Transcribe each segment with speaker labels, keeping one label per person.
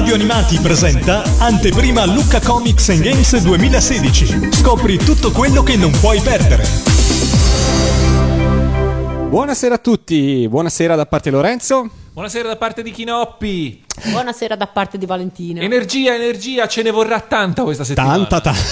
Speaker 1: Radio Animati presenta Anteprima Lucca Comics and Games 2016. Scopri tutto quello che non puoi perdere.
Speaker 2: Buonasera a tutti, buonasera da parte Lorenzo.
Speaker 3: Buonasera da parte di Chinoppi.
Speaker 4: Buonasera da parte di Valentina.
Speaker 3: Energia, ce ne vorrà tanta questa settimana.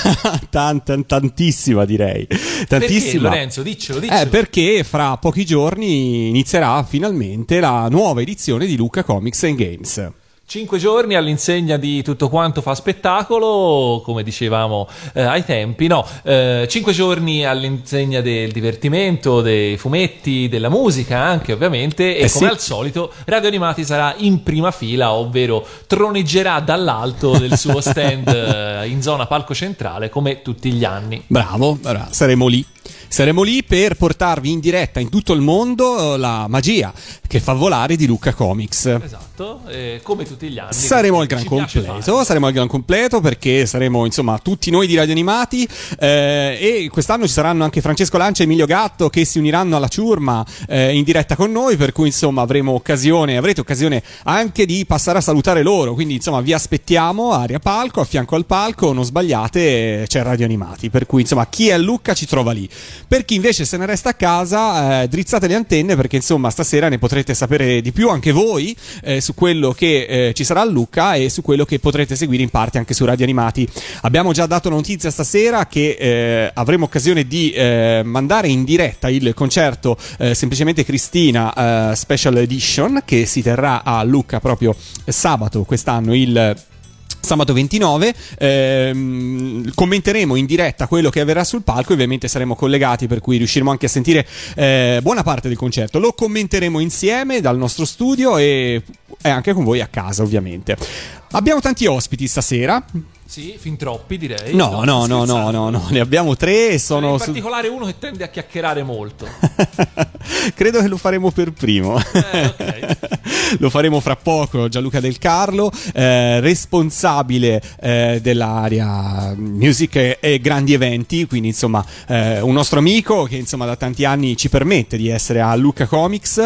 Speaker 2: Tantissima direi. Tantissima.
Speaker 3: Perché, Lorenzo? Diccelo.
Speaker 2: Perché fra pochi giorni inizierà finalmente la nuova edizione di Lucca Comics and Games.
Speaker 3: 5 giorni all'insegna di tutto quanto fa spettacolo, come dicevamo ai tempi, 5 giorni all'insegna del divertimento, dei fumetti, della musica anche ovviamente, e come al solito Radio Animati sarà in prima fila, ovvero troneggerà dall'alto del suo stand in zona palco centrale come tutti gli anni.
Speaker 2: Bravo, saremo lì. Saremo lì per portarvi in diretta in tutto il mondo la magia che fa volare di Lucca Comics.
Speaker 3: Esatto, come tutti gli anni.
Speaker 2: Saremo al gran completo perché saremo insomma tutti noi di Radio Animati e quest'anno ci saranno anche Francesco Lancia e Emilio Gatto che si uniranno alla ciurma in diretta con noi, per cui insomma avrete occasione anche di passare a salutare loro, quindi insomma vi aspettiamo area palco, a fianco al palco, non sbagliate, c'è Radio Animati, per cui insomma chi è a Lucca ci trova lì. Per chi invece se ne resta a casa, drizzate le antenne perché insomma stasera ne potrete sapere di più anche voi su quello che ci sarà a Lucca e su quello che potrete seguire in parte anche su Radio Animati. Abbiamo già dato notizia stasera che avremo occasione di mandare in diretta il concerto Semplicemente Cristina Special Edition, che si terrà a Lucca proprio sabato quest'anno, il sabato 29. Commenteremo in diretta quello che avverrà sul palco, ovviamente saremo collegati, per cui riusciremo anche a sentire buona parte del concerto. Lo commenteremo insieme dal nostro studio e anche con voi a casa, ovviamente. Abbiamo tanti ospiti stasera.
Speaker 3: Sì, fin troppi direi.
Speaker 2: No, ne abbiamo 3 e sono...
Speaker 3: In particolare uno che tende a chiacchierare molto.
Speaker 2: Credo che lo faremo per primo.
Speaker 3: Ok.
Speaker 2: Lo faremo fra poco. Gianluca Del Carlo, responsabile dell'area music e grandi eventi, quindi insomma un nostro amico che insomma da tanti anni ci permette di essere a Lucca Comics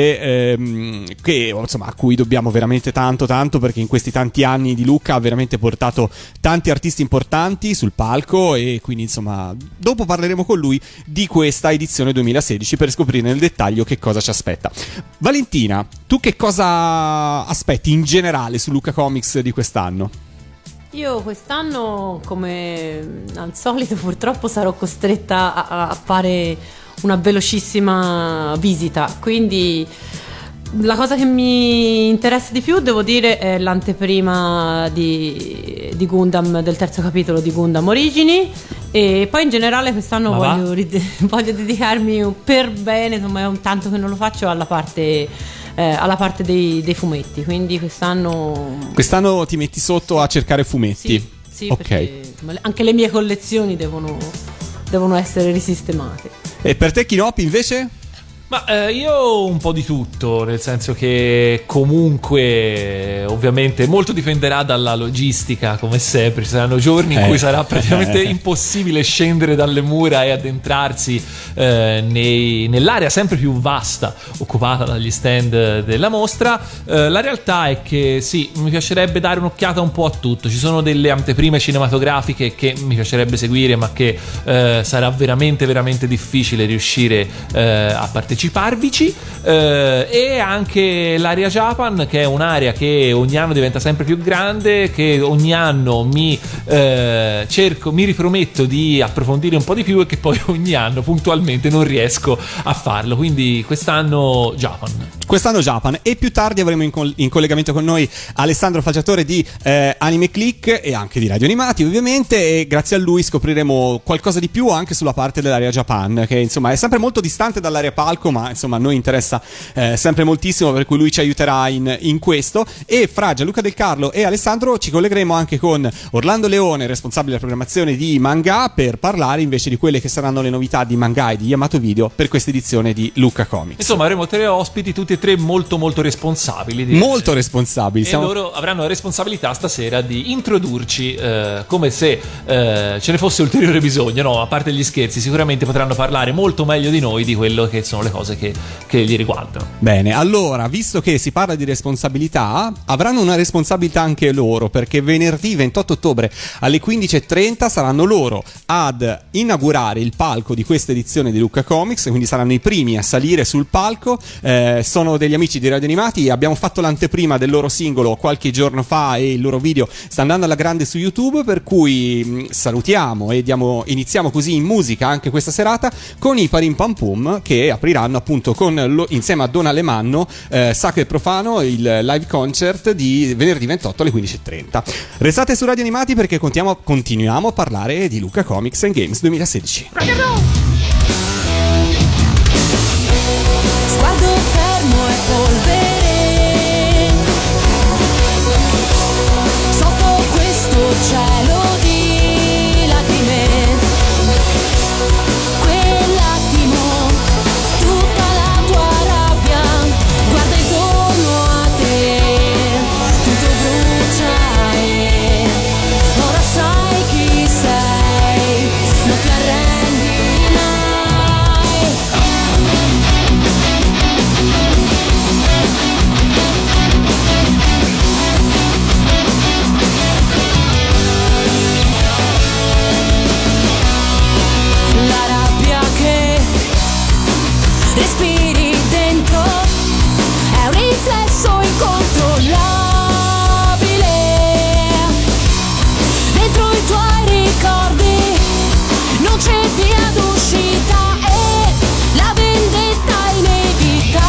Speaker 2: e che insomma a cui dobbiamo veramente tanto perché in questi tanti anni di Lucca ha veramente portato tanti artisti importanti sul palco, e quindi insomma dopo parleremo con lui di questa edizione 2016 per scoprire nel dettaglio che cosa ci aspetta. Valentina, tu che cosa aspetti in generale su Lucca Comics di quest'anno?
Speaker 4: Io quest'anno, come al solito, purtroppo sarò costretta a fare una velocissima visita, quindi la cosa che mi interessa di più, devo dire, è l'anteprima di Gundam, del terzo capitolo di Gundam Origini, e poi in generale quest'anno voglio dedicarmi per bene, insomma è un tanto che non lo faccio, alla parte dei fumetti, quindi quest'anno
Speaker 2: ti metti sotto a cercare fumetti.
Speaker 4: sì,
Speaker 2: ok,
Speaker 4: perché anche le mie collezioni devono essere risistemate.
Speaker 2: E per te Chinoppi invece?
Speaker 3: Ma io un po' di tutto, nel senso che comunque ovviamente molto dipenderà dalla logistica, come sempre. Ci saranno giorni in cui sarà praticamente impossibile scendere dalle mura e addentrarsi nell'area sempre più vasta occupata dagli stand della mostra. La realtà è che sì, mi piacerebbe dare un'occhiata un po' a tutto. Ci sono delle anteprime cinematografiche che mi piacerebbe seguire, ma che sarà veramente difficile riuscire a partecipare. E anche l'area Japan, che è un'area che ogni anno diventa sempre più grande, che ogni anno mi riprometto di approfondire un po' di più, e che poi ogni anno puntualmente non riesco a farlo. Quindi quest'anno Japan, e più tardi avremo in collegamento con noi Alessandro Falciatore di Anime Click e anche di Radio Animati ovviamente, e grazie a lui scopriremo qualcosa di più anche sulla parte dell'area Japan, che insomma è sempre molto distante dall'area palco, ma insomma a noi interessa sempre moltissimo, per cui lui ci aiuterà in questo. E fra Gianluca Del Carlo e Alessandro ci collegheremo anche con Orlando Leone, responsabile della programmazione di Manga, per parlare invece di quelle che saranno le novità di Manga e di Yamato Video per questa edizione di Lucca Comics. Insomma avremo 3 ospiti, tutti e 3 molto responsabili,
Speaker 2: molto responsabili,
Speaker 3: e loro avranno la responsabilità stasera di introdurci come se ce ne fosse ulteriore bisogno. No, a parte gli scherzi, sicuramente potranno parlare molto meglio di noi di quello che sono le cose cose che li riguardano.
Speaker 2: Bene, allora, visto che si parla di responsabilità, avranno una responsabilità anche loro, perché venerdì 28 ottobre alle 15:30 saranno loro ad inaugurare il palco di questa edizione di Lucca Comics, quindi saranno i primi a salire sul palco. Sono degli amici di Radio Animati, abbiamo fatto l'anteprima del loro singolo qualche giorno fa e il loro video sta andando alla grande su YouTube, per cui salutiamo e iniziamo così in musica anche questa serata con i Parim Pam Pum, che apriranno appunto insieme a Don Alemanno Sacro e Profano il live concert di venerdì 28 alle 15:30. Restate su Radio Animati perché continuiamo a parlare di Lucca Comics and Games 2016.
Speaker 5: Sguardo fermo e polvere sotto questo cielo di lacrime. Quell'attimo, tutta la tua rabbia, guarda intorno a te, tutto brucia e ora sai chi sei, non ti arrendi mai. La rabbia che respiri dentro è un riflesso incontrollabile. Dentro i tuoi ricordi non c'è via d'uscita e la vendetta è inevitabile.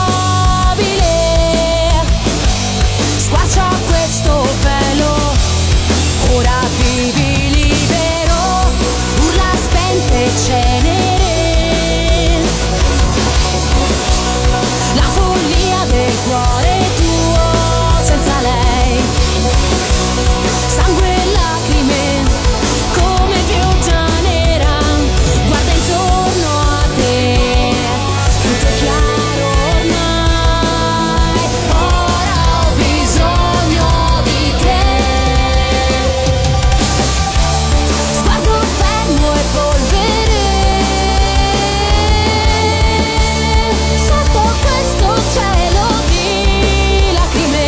Speaker 5: Squarcia questo velo, ora vivi libero, urla spente cenere. La follia del cuore tuo senza lei, sangue e lacrime come pioggia nera, guarda intorno a te, tutto è chiaro ormai, ora ho bisogno di te. Sguardo fermo e polvere sotto questo cielo di lacrime.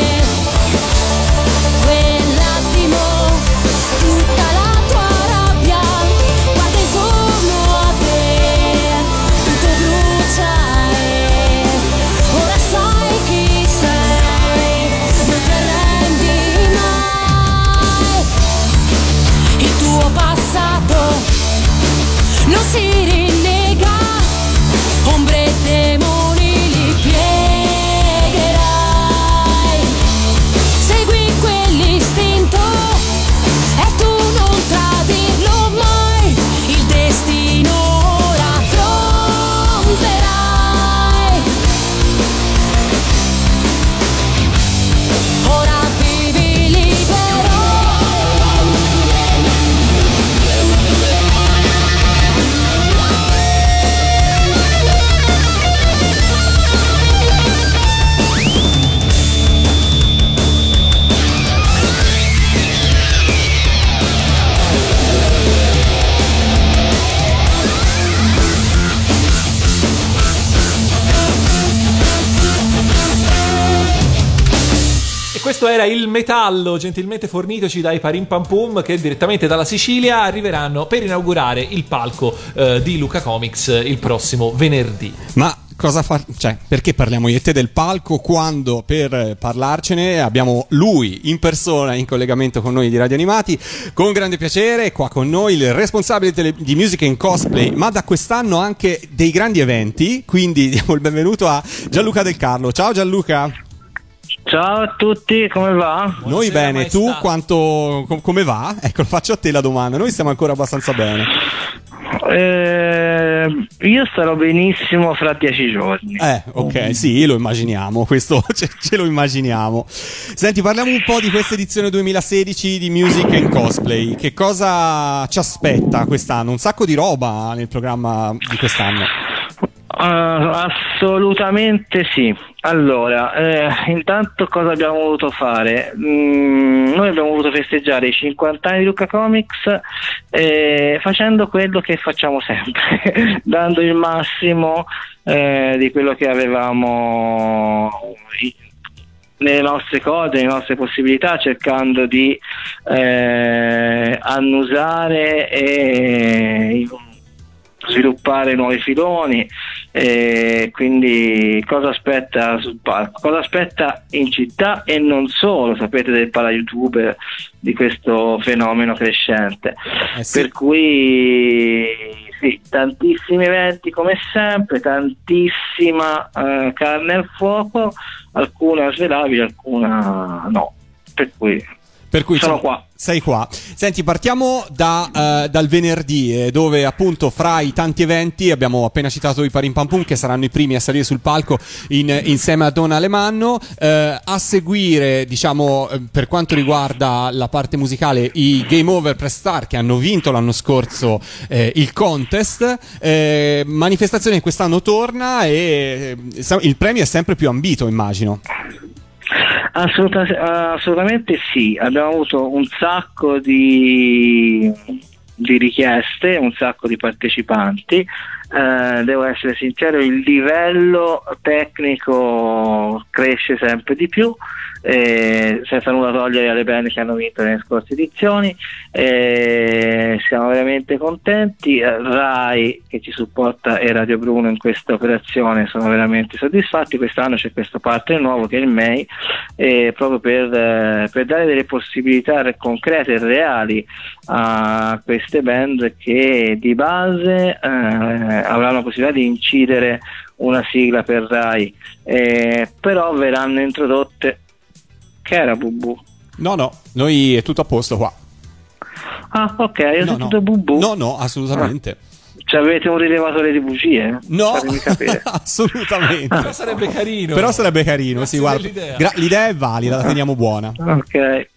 Speaker 5: Quell'attimo, tutta la tua rabbia, guarda intorno a te, tutto brucia e ora sai chi sei, non ti arrendi mai. Il tuo passato non si rinnega, ombre e demoni li piegherai. Segui quell'istinto e tu non tradirlo mai, il destino ora affronterai. Ora vivi libero.
Speaker 3: E questo era il metallo gentilmente fornitoci dai Parim Pam Pum, che direttamente dalla Sicilia arriveranno per inaugurare il palco di Lucca Comics il prossimo venerdì.
Speaker 2: Ma perché parliamo io e te del palco quando per parlarcene abbiamo lui in persona in collegamento con noi di Radio Animati? Con grande piacere qua con noi il responsabile di Music and Cosplay, ma da quest'anno anche dei grandi eventi, quindi diamo il benvenuto a Gianluca Del Carlo. Ciao Gianluca.
Speaker 6: Ciao a tutti, come va?
Speaker 2: Noi bene, tu come va? Ecco, faccio a te la domanda, noi stiamo ancora abbastanza bene.
Speaker 6: Io starò benissimo fra 10 giorni.
Speaker 2: Ok, sì, lo immaginiamo, questo ce lo immaginiamo. Senti, parliamo un po' di questa edizione 2016 di Music and Cosplay. Che cosa ci aspetta quest'anno? Un sacco di roba nel programma di quest'anno.
Speaker 6: Assolutamente sì. Allora, intanto cosa abbiamo voluto fare? Noi abbiamo voluto festeggiare i 50 anni di Lucca Comics facendo quello che facciamo sempre, dando il massimo di quello che avevamo nelle nostre cose, nelle nostre possibilità, cercando di annusare e sviluppare nuovi filoni, quindi cosa aspetta sul palco, cosa aspetta in città e non solo, sapete del para youtuber, di questo fenomeno crescente,
Speaker 2: sì.
Speaker 6: Per cui sì, tantissimi eventi come sempre, tantissima carne al fuoco, alcuna svelabile, alcuna no, per cui sono qua.
Speaker 2: Sei qua. Senti, partiamo dal venerdì, dove appunto fra i tanti eventi abbiamo appena citato i Parim Pam Pum, che saranno i primi a salire sul palco insieme a Don Alemanno. A seguire, diciamo, per quanto riguarda la parte musicale, i Game Over Press Star, che hanno vinto l'anno scorso il contest. Manifestazione che quest'anno torna e il premio è sempre più ambito, immagino.
Speaker 6: Assolutamente sì, abbiamo avuto un sacco di richieste, un sacco di partecipanti. Devo essere sincero, il livello tecnico cresce sempre di più, senza nulla togliere alle band che hanno vinto nelle scorse edizioni. Siamo veramente contenti. Rai, che ci supporta, e Radio Bruno in questa operazione sono veramente soddisfatti. Quest'anno c'è questo partner nuovo che è il MEI, proprio per dare delle possibilità concrete e reali a queste band che di base avranno la possibilità di incidere una sigla per Rai, però verranno introdotte. Che era Bubu?
Speaker 2: No, noi è tutto a posto qua.
Speaker 6: Ah, ok, io sono tutto Bubu.
Speaker 2: No, assolutamente.
Speaker 6: Cioè, avete un rilevatore di bugie?
Speaker 2: No, assolutamente.
Speaker 3: Però sarebbe carino.
Speaker 2: Sì, guarda, l'idea è valida, la teniamo buona.
Speaker 6: Ok.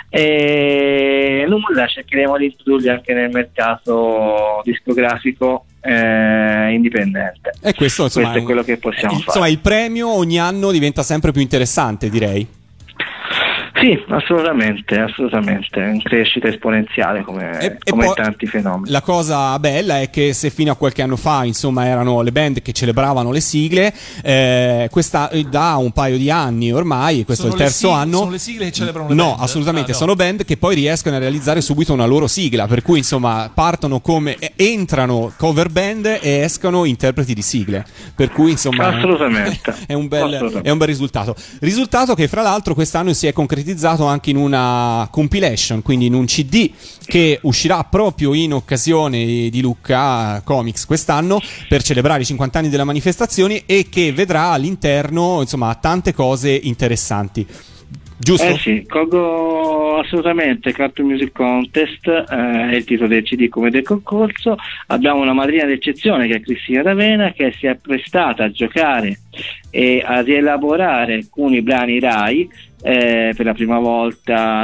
Speaker 6: Nulla, cercheremo di introdurli anche nel mercato discografico indipendente.
Speaker 2: E questo
Speaker 6: è quello che possiamo fare.
Speaker 2: Insomma, il premio ogni anno diventa sempre più interessante, direi.
Speaker 6: Sì, assolutamente, in crescita esponenziale come
Speaker 2: poi,
Speaker 6: tanti fenomeni.
Speaker 2: La cosa bella è che se fino a qualche anno fa, insomma, erano le band che celebravano le sigle, questa da un paio di anni ormai, questo è il terzo anno.
Speaker 3: Sono le sigle che celebrano le
Speaker 2: band?
Speaker 3: No,
Speaker 2: assolutamente, sono band che poi riescono a realizzare subito una loro sigla, per cui insomma partono entrano cover band e escono interpreti di sigle, per cui insomma
Speaker 6: assolutamente
Speaker 2: è un bel risultato che fra l'altro quest'anno si è concretizzato anche in una compilation, quindi in un CD che uscirà proprio in occasione di Lucca Comics quest'anno per celebrare i 50 anni della manifestazione, e che vedrà all'interno insomma tante cose interessanti. Giusto?
Speaker 6: Sì, colgo assolutamente Cartoon Music Contest, è il titolo del CD come del concorso. Abbiamo una madrina d'eccezione che è Cristina D'Avena, che si è prestata a giocare e ad elaborare alcuni brani Rai per la prima volta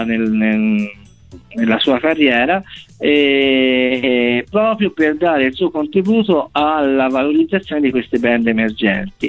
Speaker 6: nella sua carriera, proprio per dare il suo contributo alla valorizzazione di queste band emergenti.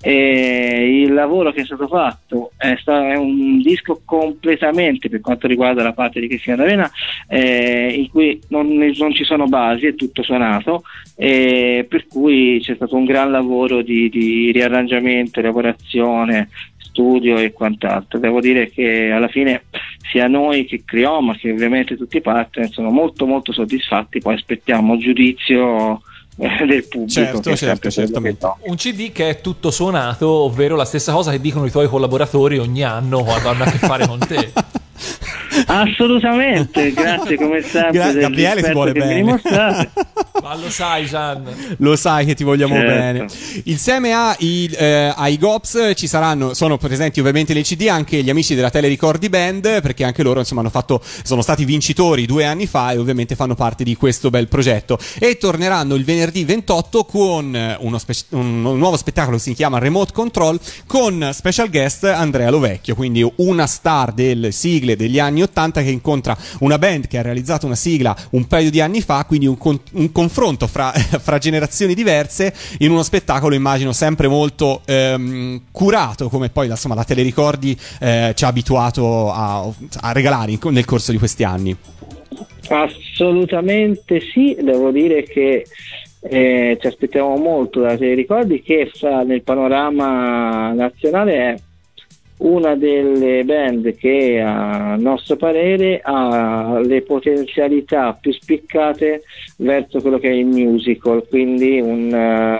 Speaker 6: Il lavoro che è stato fatto è un disco completamente, per quanto riguarda la parte di Cristina D'Avena, in cui non ci sono basi, è tutto suonato, per cui c'è stato un gran lavoro di riarrangiamento, elaborazione, studio e quant'altro. Devo dire che alla fine sia noi che creiamo, ma che ovviamente tutti i partner sono molto molto soddisfatti. Poi aspettiamo il giudizio del pubblico,
Speaker 2: certamente.
Speaker 3: Un CD che è tutto suonato, ovvero la stessa cosa che dicono i tuoi collaboratori ogni anno quando hanno a che fare con te.
Speaker 6: assolutamente, grazie come sempre.
Speaker 2: Gabriele ti vuole bene.
Speaker 3: Ma lo sai, Gian,
Speaker 2: lo sai che ti vogliamo
Speaker 6: certo.
Speaker 2: bene. Insieme ai Gops sono presenti ovviamente nei CD anche gli amici della Telericordi Band, perché anche loro insomma sono stati vincitori 2 anni fa e ovviamente fanno parte di questo bel progetto, e torneranno il venerdì 28 con un nuovo spettacolo che si chiama Remote Control, con special guest Andrea Lovecchio, quindi una star delle sigle degli anni 80 che incontra una band che ha realizzato una sigla un paio di anni fa, quindi un confronto confronto fra generazioni diverse in uno spettacolo, immagino, sempre molto curato, come poi insomma la Telericordi ci ha abituato a regalare nel corso di questi anni.
Speaker 6: Assolutamente sì, devo dire che ci aspettiamo molto da Telericordi, che nel panorama nazionale è una delle band che a nostro parere ha le potenzialità più spiccate verso quello che è il musical, quindi un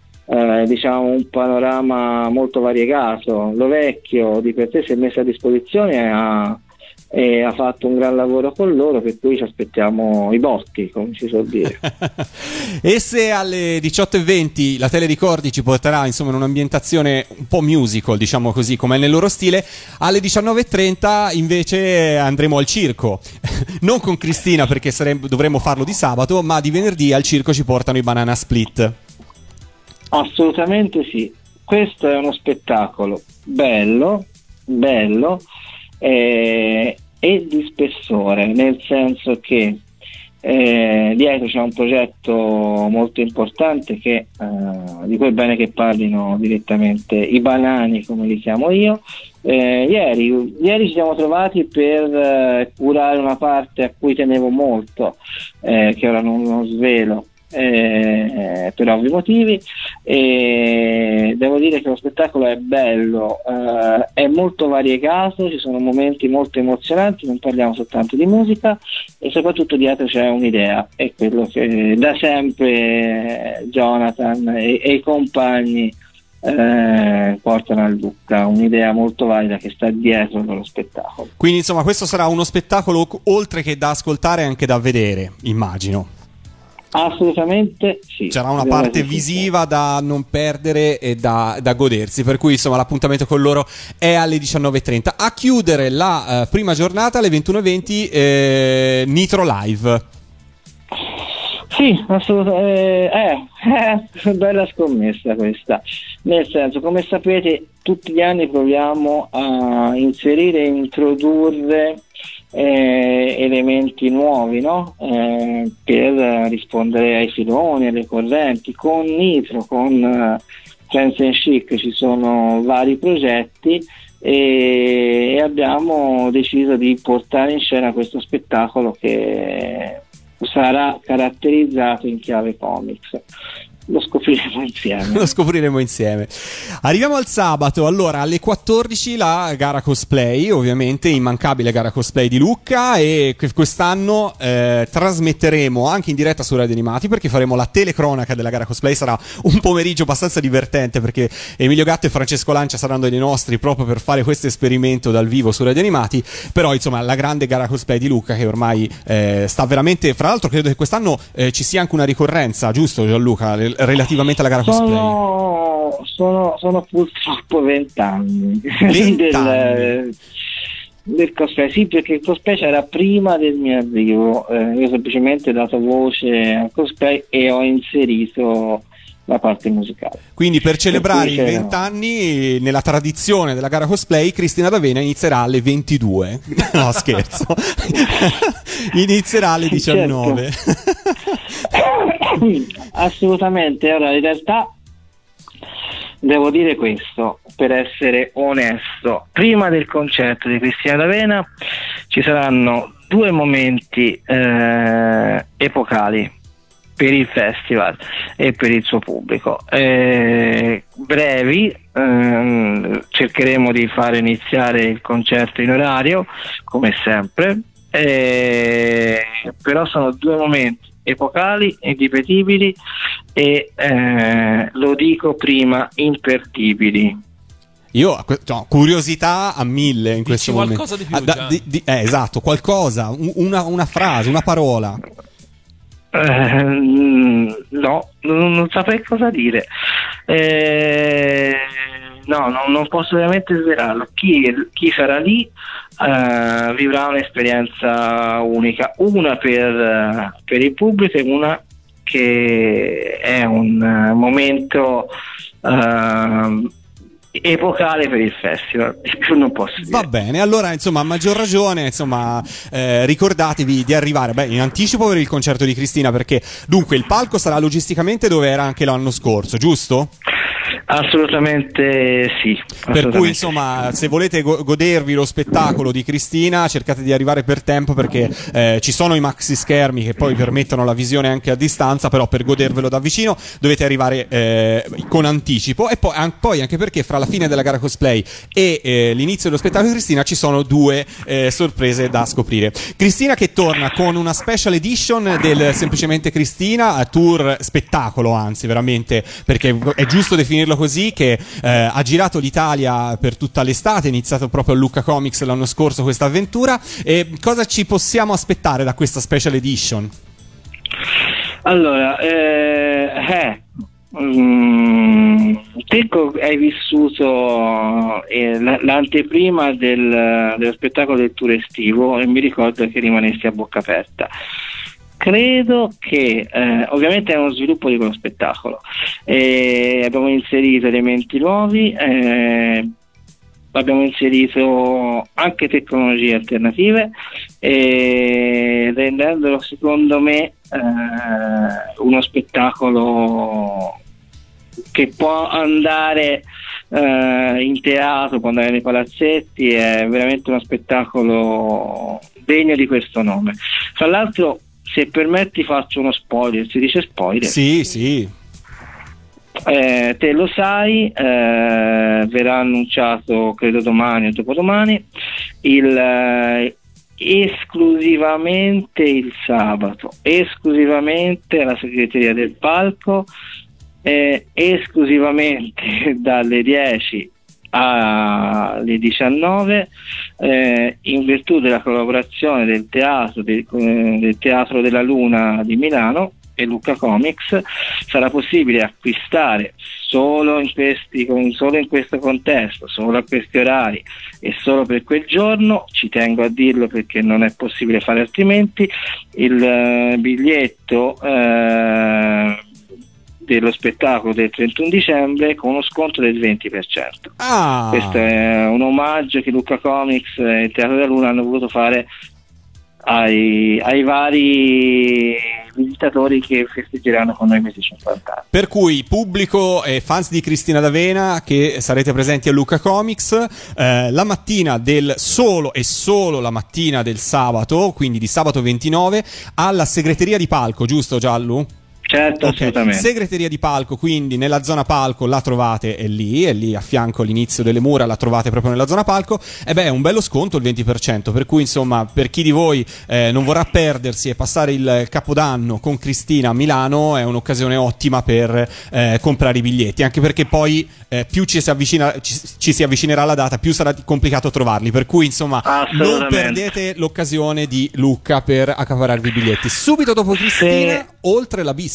Speaker 6: panorama molto variegato. Lo Vecchio di per sé si è messo a disposizione e ha fatto un gran lavoro con loro, per cui ci aspettiamo i botti, come si suol dire.
Speaker 2: E se alle 18:20 la Telericordi ci porterà insomma in un'ambientazione un po' musical, diciamo così, come è nel loro stile, alle 19:30 invece andremo al circo. Non con Cristina, perché dovremmo farlo di sabato, ma di venerdì al circo ci portano i Banana Split.
Speaker 6: Assolutamente sì, questo è uno spettacolo bello e di spessore, nel senso che dietro c'è un progetto molto importante di cui è bene che parlino direttamente i banani, come li chiamo io. Ieri ci siamo trovati per curare una parte a cui tenevo molto, che ora non svelo per ovvi motivi, e devo dire che lo spettacolo è bello, è molto variegato, ci sono momenti molto emozionanti, non parliamo soltanto di musica, e soprattutto dietro c'è un'idea, è quello che da sempre Jonathan e i compagni portano a Lucca, un'idea molto valida che sta dietro al loro spettacolo.
Speaker 2: Quindi insomma questo sarà uno spettacolo oltre che da ascoltare anche da vedere, immagino.
Speaker 6: Assolutamente sì.
Speaker 2: C'era una parte visiva da non perdere e da godersi, per cui insomma l'appuntamento con loro è alle 19:30. A chiudere la prima giornata alle 21:20 Nitro Live.
Speaker 6: Sì, assolutamente. Bella scommessa questa, nel senso, come sapete, tutti gli anni proviamo a inserire e introdurre elementi nuovi, no? Per rispondere ai filoni, alle correnti. Con Nitro, con Trends and Chic ci sono vari progetti e abbiamo deciso di portare in scena questo spettacolo che sarà caratterizzato in chiave comics. Lo scopriremo insieme.
Speaker 2: Arriviamo al sabato. Allora, alle 14 la gara cosplay, ovviamente immancabile gara cosplay di Lucca, e quest'anno trasmetteremo anche in diretta su Radio Animati, perché faremo la telecronaca della gara cosplay. Sarà un pomeriggio abbastanza divertente, perché Emilio Gatto e Francesco Lancia saranno dei nostri proprio per fare questo esperimento dal vivo su Radio Animati. Però insomma la grande gara cosplay di Lucca, che ormai sta veramente, fra l'altro credo che quest'anno ci sia anche una ricorrenza, giusto Gianluca, relativamente alla gara cosplay?
Speaker 6: Sono purtroppo 20 anni del cosplay, sì, perché il cosplay c'era prima del mio arrivo. Io semplicemente ho dato voce al cosplay e ho inserito la parte musicale.
Speaker 2: Quindi per celebrare i 20 anni, nella tradizione della gara cosplay, Cristina D'Avena inizierà alle 22. No, scherzo. Inizierà alle 19.
Speaker 6: Certo. Assolutamente. Ora, in realtà devo dire questo, per essere onesto: prima del concerto di Cristina D'Avena ci saranno due momenti epocali per il festival e per il suo pubblico, brevi. Cercheremo di fare iniziare il concerto in orario, come sempre, però sono due momenti epocali, irripetibili e lo dico prima, imperdibili.
Speaker 2: Io ho curiosità a 1000 in questo momento.
Speaker 3: Qualcosa di più,
Speaker 2: esatto, qualcosa, una frase, una parola.
Speaker 6: No, non saprei cosa dire. No, non posso veramente svelarlo. Chi sarà lì vivrà un'esperienza unica, una per il pubblico e una che è un momento epocale per il festival, non posso dire.
Speaker 2: Va bene, allora insomma a maggior ragione ricordatevi di arrivare in anticipo per il concerto di Cristina, perché dunque il palco sarà logisticamente dove era anche l'anno scorso, giusto?
Speaker 6: Assolutamente sì.
Speaker 2: Per cui insomma se volete godervi lo spettacolo di Cristina cercate di arrivare per tempo, perché ci sono i maxi schermi che poi permettono la visione anche a distanza, però per godervelo da vicino dovete arrivare con anticipo, e poi anche perché fra la fine della gara cosplay e l'inizio dello spettacolo di Cristina ci sono due sorprese da scoprire. Cristina che torna con una special edition del Semplicemente Cristina tour spettacolo, anzi veramente, perché è giusto definirlo così, che ha girato l'Italia per tutta l'estate, è iniziato proprio a Lucca Comics l'anno scorso questa avventura. E cosa ci possiamo aspettare da questa special edition?
Speaker 6: Allora, te hai vissuto l'anteprima dello spettacolo del tour estivo e mi ricordo che rimanesti a bocca aperta. Credo che ovviamente è uno sviluppo di quello spettacolo, abbiamo inserito elementi nuovi, abbiamo inserito anche tecnologie alternative, rendendolo secondo me uno spettacolo che può andare in teatro, può andare nei palazzetti, è veramente uno spettacolo degno di questo nome. Tra l'altro, se permetti faccio uno spoiler, si dice spoiler?
Speaker 2: Sì.
Speaker 6: Te lo sai, verrà annunciato credo domani o dopodomani, esclusivamente il sabato, esclusivamente la segreteria del palco, esclusivamente dalle 10 alle 19, in virtù della collaborazione del teatro della Luna di Milano e Lucca Comics, sarà possibile acquistare solo in questo contesto, solo a questi orari e solo per quel giorno, ci tengo a dirlo perché non è possibile fare altrimenti, il biglietto dello spettacolo del 31 dicembre con uno sconto del 20%. Questo è un omaggio che Lucca Comics e il Teatro della Luna hanno voluto fare ai vari visitatori che festeggeranno con noi questi 50 anni.
Speaker 2: Per cui pubblico e fans di Cristina D'Avena che sarete presenti a Lucca Comics la mattina del solo la mattina del sabato, quindi di sabato 29, alla segreteria di palco, giusto Giallo?
Speaker 6: Certo, okay. Assolutamente.
Speaker 2: Segreteria di palco, quindi nella zona palco la trovate, è lì a fianco all'inizio delle mura, la trovate proprio nella zona palco. È un bello sconto il 20%, per cui insomma per chi di voi non vorrà perdersi e passare il Capodanno con Cristina a Milano è un'occasione ottima per comprare i biglietti, anche perché poi più ci si avvicinerà la data, più sarà complicato trovarli, per cui insomma non perdete l'occasione di Lucca per accaparrarvi i biglietti. Subito dopo Cristina, Oltre l'abisso.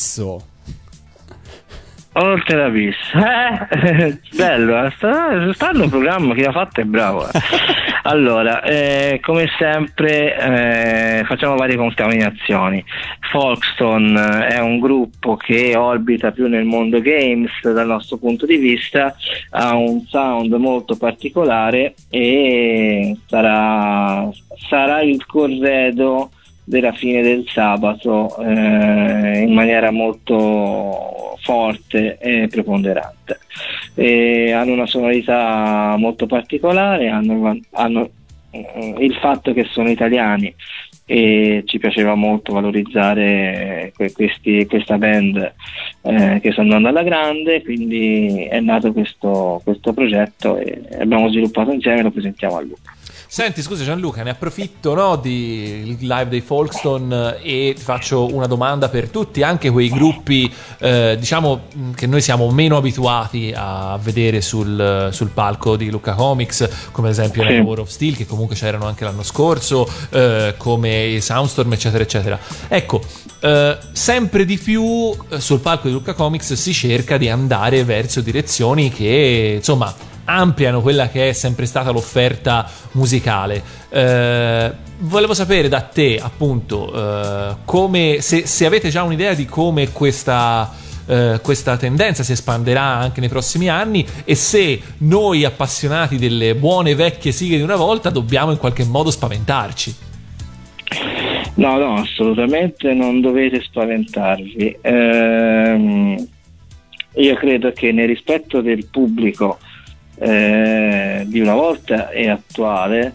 Speaker 6: Oltre l'abisso, bello, stanno un programma che ha fatto è bravo. Allora, come sempre facciamo varie contaminazioni. Folkestone è un gruppo che orbita più nel mondo games dal nostro punto di vista, ha un sound molto particolare e sarà il corredo della fine del sabato in maniera molto forte e preponderante. Hanno una sonorità molto particolare, hanno il fatto che sono italiani e ci piaceva molto valorizzare questa band che sta andando alla grande, quindi è nato questo progetto e abbiamo sviluppato insieme e lo presentiamo a Lucca.
Speaker 3: Senti, scusa Gianluca, ne approfitto di live dei Folkestone e ti faccio una domanda per tutti, anche quei gruppi diciamo che noi siamo meno abituati a vedere sul palco di Lucca Comics, come ad esempio sì, War of Steel, che comunque c'erano anche l'anno scorso, come Soundstorm eccetera eccetera. Ecco, sempre di più sul palco di Lucca Comics si cerca di andare verso direzioni che insomma ampliano quella che è sempre stata l'offerta musicale. Volevo sapere da te appunto come se avete già un'idea di come questa questa tendenza si espanderà anche nei prossimi anni, e se noi appassionati delle buone vecchie sigle di una volta dobbiamo in qualche modo spaventarci.
Speaker 6: No, assolutamente non dovete spaventarvi. Io credo che nel rispetto del pubblico di una volta e attuale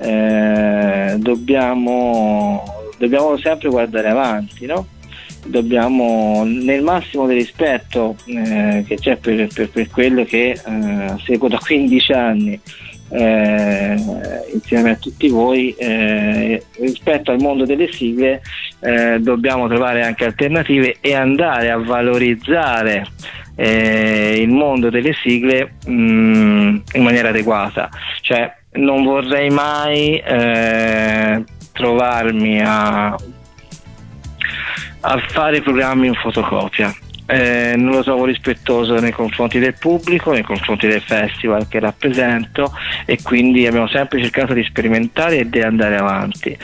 Speaker 6: dobbiamo sempre guardare avanti, no? Dobbiamo, nel massimo del rispetto che c'è per quello che seguo da 15 anni insieme a tutti voi, rispetto al mondo delle sigle dobbiamo trovare anche alternative e andare a valorizzare il mondo delle sigle in maniera adeguata. Cioè, non vorrei mai trovarmi a fare programmi in fotocopia. Non lo trovo rispettoso nei confronti del pubblico, nei confronti del festival che rappresento, e quindi abbiamo sempre cercato di sperimentare e di andare avanti.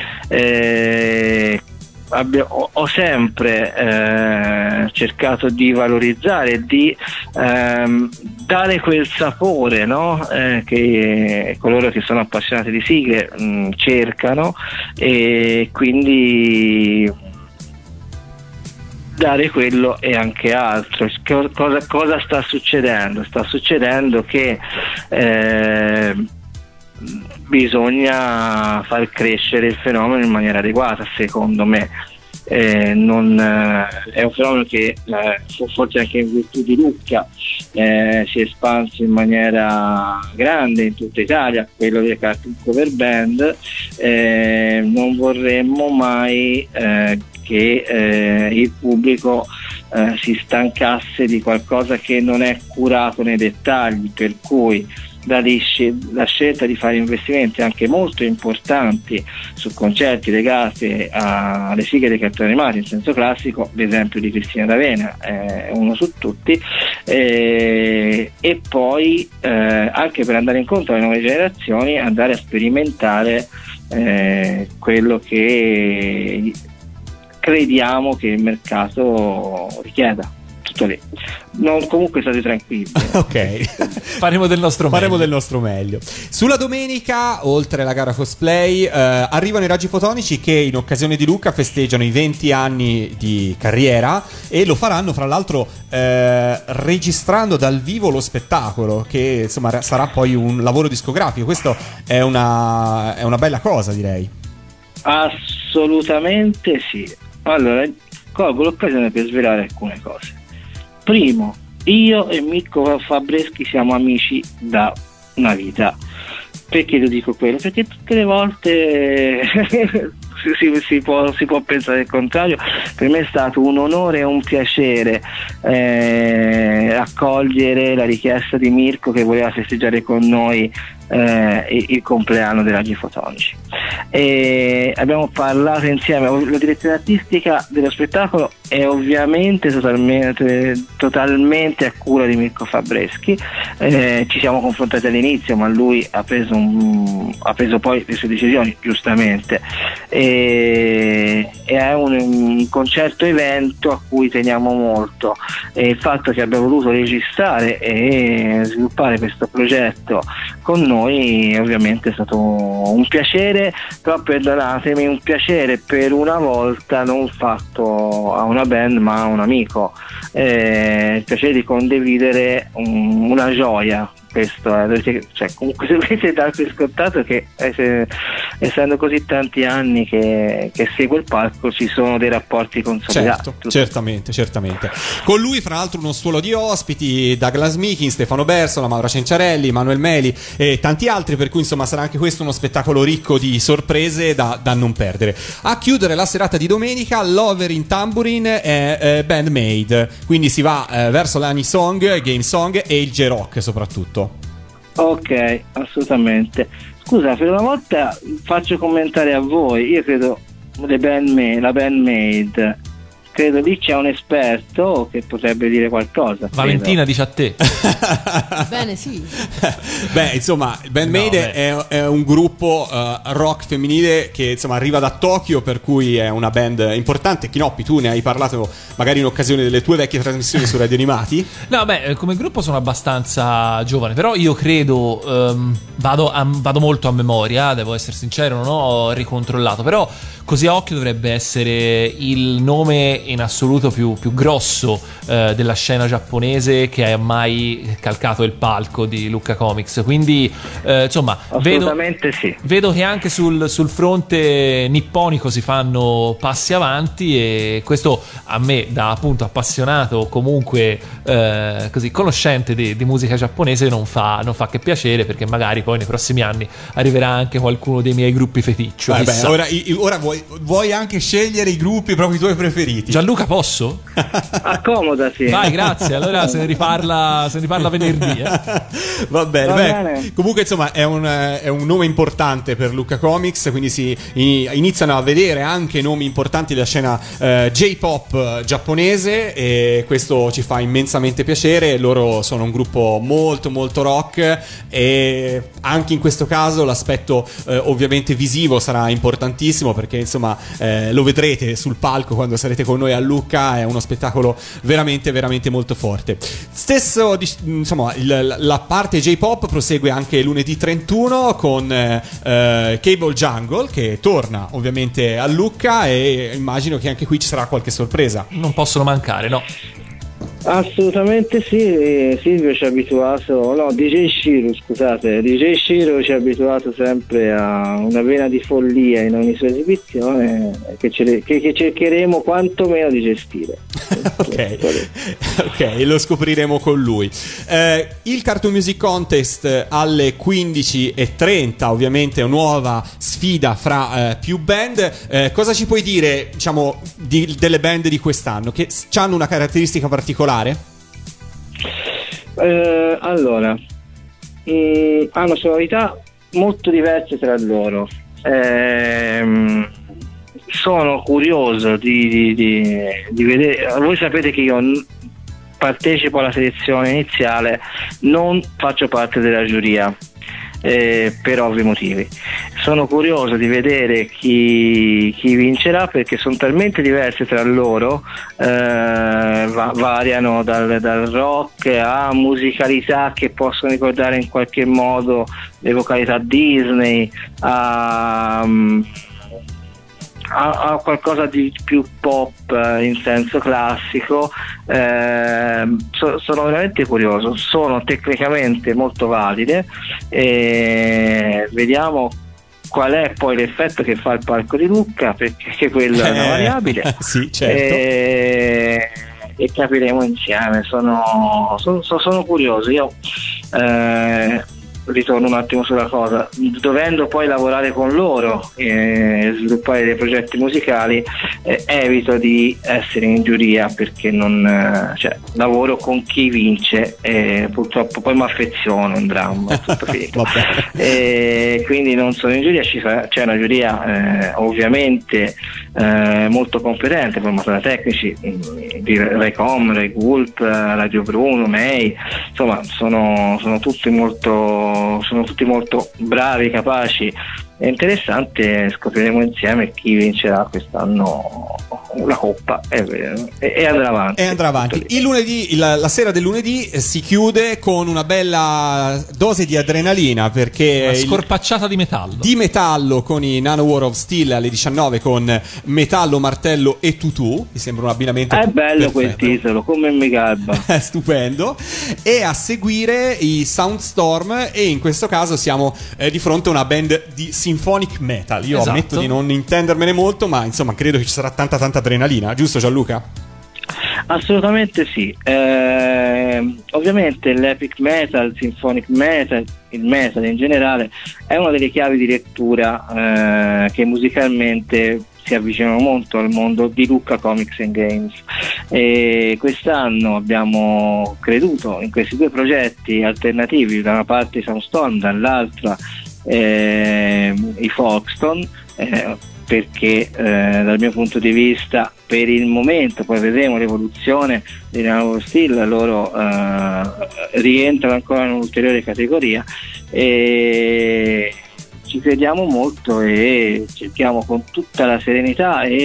Speaker 6: Ho sempre cercato di valorizzare, di dare quel sapore, no? Che coloro che sono appassionati di sigle cercano, e quindi dare quello e anche altro. Cosa sta succedendo? Sta succedendo che bisogna far crescere il fenomeno in maniera adeguata, secondo me. È un fenomeno che forse anche in virtù di Lucca si è espanso in maniera grande in tutta Italia, quello delle Cartoon Cover Band. Non vorremmo mai che il pubblico si stancasse di qualcosa che non è curato nei dettagli, per cui la scelta di fare investimenti anche molto importanti su concerti legati alle sigle dei cartoni animati in senso classico, l'esempio di Cristina D'Avena è uno su tutti, e poi anche per andare incontro alle nuove generazioni, andare a sperimentare quello che crediamo che il mercato richieda. Tutto lì. Comunque state tranquilli.
Speaker 2: Ok, faremo del nostro meglio. Sulla domenica, oltre alla gara cosplay, arrivano i Raggi Fotonici, che in occasione di Lucca festeggiano i 20 anni di carriera, e lo faranno fra l'altro registrando dal vivo lo spettacolo, che insomma sarà poi un lavoro discografico. Questo è una bella cosa, direi.
Speaker 6: Assolutamente sì. Allora, colgo l'occasione per svelare alcune cose. Primo, io e Mirko Fabreschi siamo amici da una vita. Perché lo dico quello? Perché tutte le volte si può pensare il contrario. Per me è stato un onore e un piacere accogliere la richiesta di Mirko, che voleva festeggiare con noi il compleanno dei Raggi Fotonici, e abbiamo parlato insieme. La direzione artistica dello spettacolo è ovviamente totalmente a cura di Mirko Fabreschi. Ci siamo confrontati all'inizio, ma lui ha preso poi le sue decisioni, giustamente, e è un concerto evento a cui teniamo molto, e il fatto che abbia voluto registrare e sviluppare questo progetto con noi ovviamente è stato un piacere, però perdonatemi, un piacere per una volta non fatto a una band ma a un amico, il piacere di condividere una gioia. Questo è, cioè, comunque dovete dare per scontato che essendo così tanti anni che seguo il palco, ci sono dei rapporti consolidati.
Speaker 2: Certamente. Con lui, fra l'altro, uno stuolo di ospiti: Douglas Meeking, Stefano Bersola, Maura Cenciarelli, Manuel Meli e tanti altri, per cui insomma sarà anche questo uno spettacolo ricco di sorprese da non perdere. A chiudere la serata di domenica, Lover in Tambourine è Bandmade, quindi si va verso l'Ani Song, Game Song e il J-Rock soprattutto.
Speaker 6: Ok, assolutamente. Scusa, per una volta faccio commentare a voi. Io credo la Bandmade credo lì c'è un esperto che potrebbe dire qualcosa.
Speaker 3: Valentina, dice a te.
Speaker 4: Bene, sì.
Speaker 2: Beh, insomma, Band Maid è un gruppo rock femminile che insomma arriva da Tokyo, per cui è una band importante. Kinoppi, tu ne hai parlato magari in occasione delle tue vecchie trasmissioni su Radio Animati.
Speaker 3: No, beh, come gruppo sono abbastanza giovane, però io credo, vado molto a memoria, devo essere sincero, non ho ricontrollato, però così a occhio dovrebbe essere il nome in assoluto più grosso della scena giapponese che ha mai calcato il palco di Lucca Comics, quindi insomma
Speaker 6: assolutamente sì.
Speaker 3: Vedo che anche sul fronte nipponico si fanno passi avanti, e questo a me, da appunto appassionato, comunque così conoscente di musica giapponese, non fa che piacere, perché magari poi nei prossimi anni arriverà anche qualcuno dei miei gruppi feticcio.
Speaker 2: Ora vuoi anche scegliere i gruppi proprio i tuoi preferiti?
Speaker 3: Gianluca, posso?
Speaker 6: Accomodati.
Speaker 3: Vai, grazie. Allora se ne riparla venerdì.
Speaker 2: Va bene. Comunque insomma è un nome importante per Lucca Comics, quindi si iniziano a vedere anche nomi importanti della scena J-pop giapponese, e questo ci fa immensamente piacere. Loro sono un gruppo molto molto rock, e anche in questo caso l'aspetto ovviamente visivo sarà importantissimo, perché insomma lo vedrete sul palco quando sarete con noi a Lucca. È uno spettacolo veramente veramente molto forte. Stesso insomma la parte J-pop prosegue anche lunedì 31 con Cable Jungle, che torna ovviamente a Lucca, e immagino che anche qui ci sarà qualche sorpresa.
Speaker 3: Non possono mancare, no?
Speaker 6: Assolutamente sì, Silvio ci ha abituato, DJ Shiro ci ha abituato sempre a una vena di follia in ogni sua esibizione, che cercheremo quantomeno di gestire.
Speaker 2: ok, lo scopriremo con lui. Il Cartoon Music Contest alle 15:30, ovviamente una nuova sfida fra più band. Cosa ci puoi dire, diciamo, delle band di quest'anno che hanno una caratteristica particolare?
Speaker 6: Allora, hanno sonorità molto diverse tra loro. Sono curioso di vedere. Voi sapete che io partecipo alla selezione iniziale, non faccio parte della giuria. Per ovvi motivi. Sono curioso di vedere chi vincerà, perché sono talmente diverse tra loro, variano dal rock a musicalità che possono ricordare in qualche modo le vocalità Disney, a qualcosa di più pop in senso classico. Sono veramente curioso, sono tecnicamente molto valide, e vediamo qual è poi l'effetto che fa il palco di Lucca, perché quello è una variabile.
Speaker 2: Sì, certo.
Speaker 6: E capiremo insieme. Sono curioso. Io ritorno un attimo sulla cosa, dovendo poi lavorare con loro e sviluppare dei progetti musicali, evito di essere in giuria, perché lavoro con chi vince, e purtroppo poi mi affeziono, un dramma, tutto finito. E quindi non sono in giuria. C'è una giuria ovviamente molto competente, formata da tecnici di Rai Com, Rai Gulp, Radio Bruno, May, insomma sono tutti molto bravi, capaci. È interessante, scopriremo insieme chi vincerà quest'anno la coppa e andrà avanti.
Speaker 2: Il lunedì, la sera del lunedì si chiude con una bella dose di adrenalina, perché
Speaker 3: una scorpacciata di metallo
Speaker 2: con i Nano War of Steel alle 19 con Metallo, Martello e Tutù. Mi sembra un abbinamento
Speaker 6: bello
Speaker 2: perfetto.
Speaker 6: Quel titolo, come mi garba.
Speaker 2: Stupendo. E a seguire i Soundstorm, e in questo caso siamo di fronte a una band di symphonic metal. Io ammetto di non intendermene molto, ma insomma credo che ci sarà tanta adrenalina, giusto Gianluca?
Speaker 6: Assolutamente sì. Ovviamente l'epic metal, il symphonic metal, il metal in generale è una delle chiavi di lettura che musicalmente si avvicinano molto al mondo di Lucca Comics and Games, e quest'anno abbiamo creduto in questi due progetti alternativi, da una parte i Soundstorm, dall'altra i Folkestone. perché dal mio punto di vista per il momento, poi vedremo l'evoluzione di Nuovo Steel, loro rientrano ancora in un'ulteriore categoria e ci crediamo molto e cerchiamo con tutta la serenità e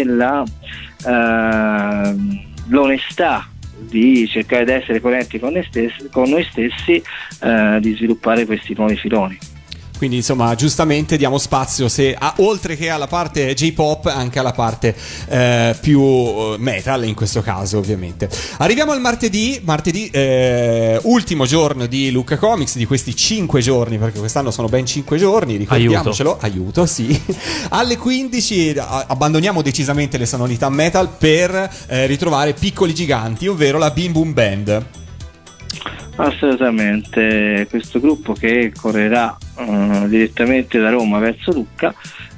Speaker 6: l'onestà di cercare di essere coerenti con noi stessi di sviluppare questi nuovi filoni.
Speaker 2: Quindi insomma giustamente diamo spazio oltre che alla parte J-pop anche alla parte più metal in questo caso ovviamente. Arriviamo al martedì ultimo giorno di Lucca Comics, di questi 5 giorni, perché quest'anno sono ben 5 giorni, ricordiamocelo, aiuto sì. Alle 15 abbandoniamo decisamente le sonorità metal per ritrovare Piccoli Giganti, ovvero la Bim Boom Band.
Speaker 6: Assolutamente, questo gruppo che correrà direttamente da Roma verso Lucca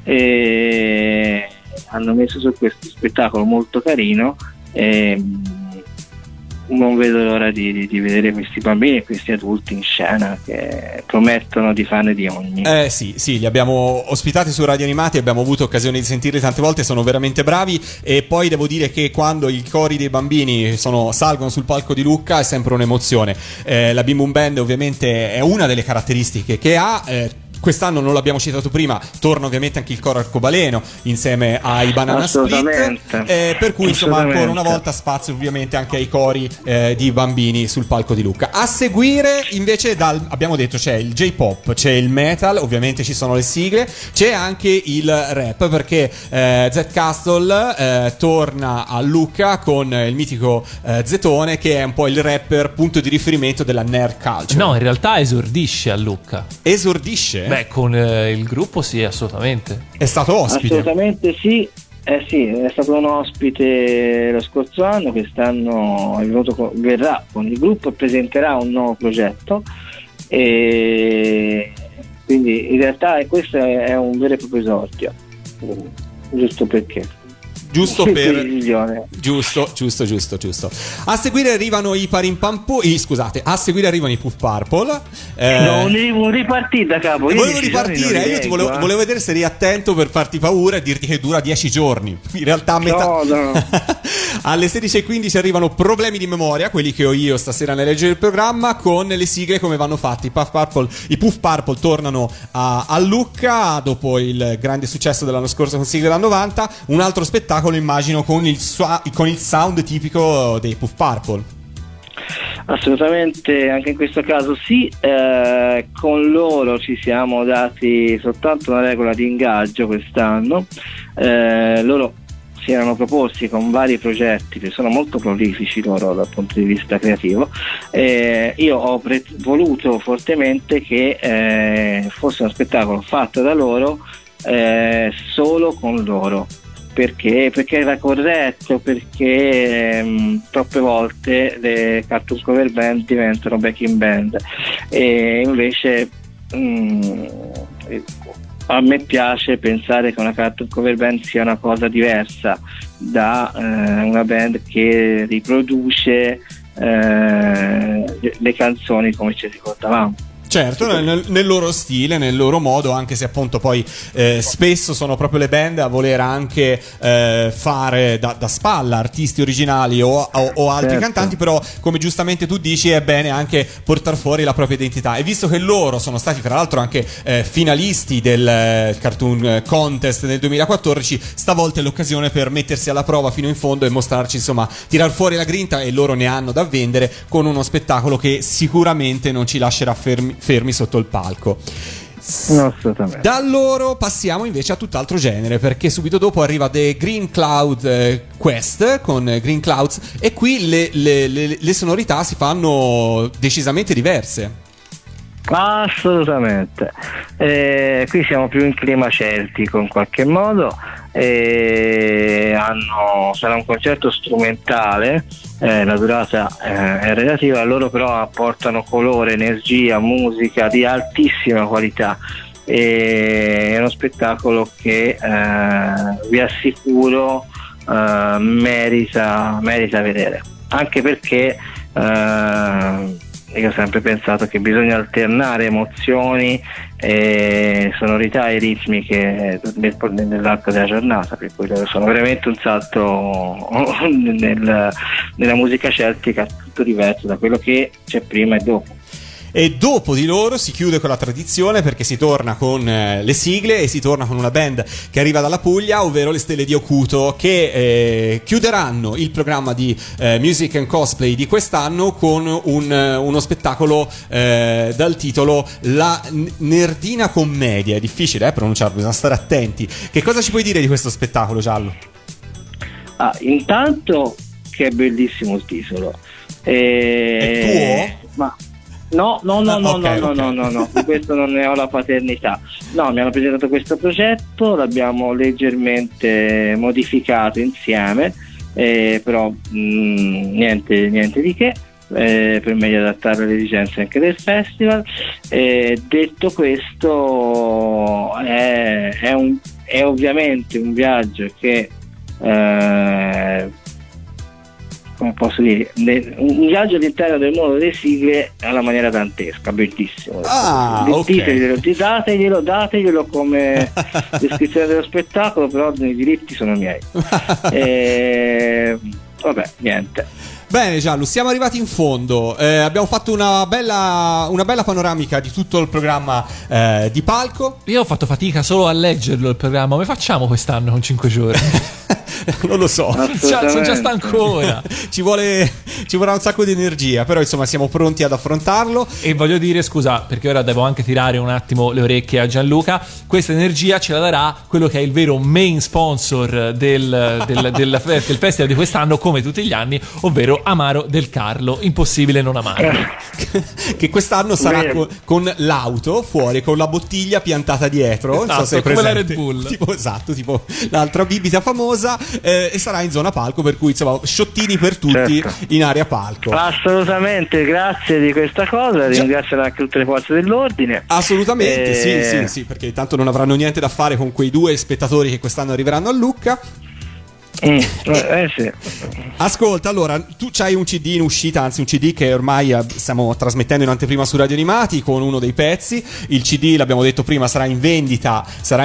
Speaker 6: e hanno messo su questo spettacolo molto carino e non vedo l'ora di vedere questi bambini e questi adulti in scena che promettono di farne di ogni.
Speaker 2: Sì, li abbiamo ospitati su Radio Animati, abbiamo avuto occasione di sentirli tante volte, sono veramente bravi e poi devo dire che quando i cori dei bambini salgono sul palco di Lucca è sempre un'emozione. La Bim Boom Band ovviamente è una delle caratteristiche che ha. Quest'anno non l'abbiamo citato prima, torna ovviamente anche il coro arcobaleno insieme ai Banana Split, per cui insomma ancora una volta spazio ovviamente anche ai cori di bambini sul palco di Lucca. A seguire invece abbiamo detto c'è il J-pop, c'è il metal, ovviamente ci sono le sigle, c'è anche il rap perché Z Castle torna a Lucca con il mitico Zetone, che è un po' il rapper punto di riferimento della nerd culture.
Speaker 3: No, in realtà esordisce a Lucca.
Speaker 2: Esordisce?
Speaker 3: Beh, con il gruppo sì, assolutamente.
Speaker 2: È stato ospite?
Speaker 6: Assolutamente sì. Sì, è stato un ospite lo scorso anno, quest'anno verrà con il gruppo e presenterà un nuovo progetto e quindi in realtà questo è un vero e proprio esordio, giusto perché.
Speaker 2: Giusto. A seguire arrivano i a seguire arrivano i Puff Purple.
Speaker 6: Volevo ripartire da capo.
Speaker 2: Volevo ripartire, io ti volevo vedere se eri attento per farti paura e dirti che dura 10 giorni. In realtà a metà.
Speaker 6: No.
Speaker 2: Alle 16:15 arrivano Problemi di memoria, quelli che ho io stasera nel leggere il programma, con le sigle come vanno fatte. I Puff Purple tornano a Lucca dopo il grande successo dell'anno scorso con sigle da 90, un altro spettacolo immagino con il sound tipico dei Puff Purple.
Speaker 6: Assolutamente, anche in questo caso sì, con loro ci siamo dati soltanto una regola di ingaggio quest'anno, loro si erano proposti con vari progetti che sono molto prolifici loro dal punto di vista creativo, io ho voluto fortemente che fosse uno spettacolo fatto da loro solo con loro. Perché era corretto, perché troppe volte le cartoon cover band diventano backing band e invece a me piace pensare che una cartoon cover band sia una cosa diversa da una band che riproduce le canzoni come ci ricordavamo.
Speaker 2: Certo, nel loro stile, nel loro modo, anche se appunto poi spesso sono proprio le band a voler anche fare da spalla artisti originali o altri
Speaker 6: certo.
Speaker 2: cantanti, però come giustamente tu dici è bene anche portare fuori la propria identità, e visto che loro sono stati tra l'altro anche finalisti del Cartoon Contest nel 2014, stavolta è l'occasione per mettersi alla prova fino in fondo e mostrarci, insomma, tirar fuori la grinta, e loro ne hanno da vendere con uno spettacolo che sicuramente non ci lascerà fermi sotto il palco.
Speaker 6: No, assolutamente.
Speaker 2: Da loro passiamo invece a tutt'altro genere, perché subito dopo arriva The Green Cloud Quest con Green Clouds, e qui le sonorità si fanno decisamente diverse.
Speaker 6: Assolutamente, qui siamo più in clima celtico in qualche modo, sarà un concerto strumentale, la durata è relativa, loro però apportano colore, energia, musica di altissima qualità, è uno spettacolo che vi assicuro merita vedere, anche perché io ho sempre pensato che bisogna alternare emozioni, sonorità e ritmiche nell'arco della giornata, per cui loro sono veramente un salto nella musica celtica tutto diverso da quello che c'è prima e dopo.
Speaker 2: E dopo di loro si chiude con la tradizione, perché si torna con le sigle e si torna con una band che arriva dalla Puglia, ovvero le Stelle di Ocuto, che chiuderanno il programma di Music and Cosplay di quest'anno con uno spettacolo dal titolo La Nerdina Commedia. È difficile pronunciarlo, bisogna stare attenti. Che cosa ci puoi dire di questo spettacolo, Giallo?
Speaker 6: Intanto che è bellissimo il titolo.
Speaker 2: È tuo?
Speaker 6: Ma no, di questo non ne ho la paternità. No, mi hanno presentato questo progetto, l'abbiamo leggermente modificato insieme, però niente di che, per meglio adattare alle esigenze anche del festival. Detto questo, è ovviamente un viaggio che come posso dire, un viaggio all'interno del mondo delle sigle alla maniera dantesca, bellissimo. Dateglielo come descrizione dello spettacolo, però i diritti sono miei. Vabbè, niente.
Speaker 2: Bene Giallo, siamo arrivati in fondo, abbiamo fatto una bella panoramica di tutto il programma di palco.
Speaker 3: Io ho fatto fatica solo a leggerlo il programma, come facciamo quest'anno con 5 giorni?
Speaker 2: Non lo so,
Speaker 3: sono già stanco ora.
Speaker 2: ci vorrà un sacco di energia, però insomma siamo pronti ad affrontarlo.
Speaker 3: E voglio dire, scusa, perché ora devo anche tirare un attimo le orecchie a Gianluca, questa energia ce la darà quello che è il vero main sponsor del festival di quest'anno, come tutti gli anni, ovvero Amaro del Carlo, impossibile non amarlo.
Speaker 2: Che quest'anno sarà con l'auto fuori, con la bottiglia piantata dietro,
Speaker 3: esatto,
Speaker 2: so se è
Speaker 3: come
Speaker 2: presente.
Speaker 3: la Red Bull,
Speaker 2: tipo l'altra bibita famosa, e sarà in zona palco, per cui insomma sciottini per tutti, certo, in area palco.
Speaker 6: Assolutamente, grazie di questa cosa, ringrazio anche tutte le forze dell'ordine.
Speaker 2: Assolutamente, sì, perché tanto non avranno niente da fare con quei 2 spettatori che quest'anno arriveranno a Lucca.
Speaker 6: Sì.
Speaker 2: Ascolta, allora, tu c'hai un CD in uscita, anzi un CD che ormai stiamo trasmettendo in anteprima su Radio Animati con uno dei pezzi. Il CD, l'abbiamo detto prima, sarà in vendita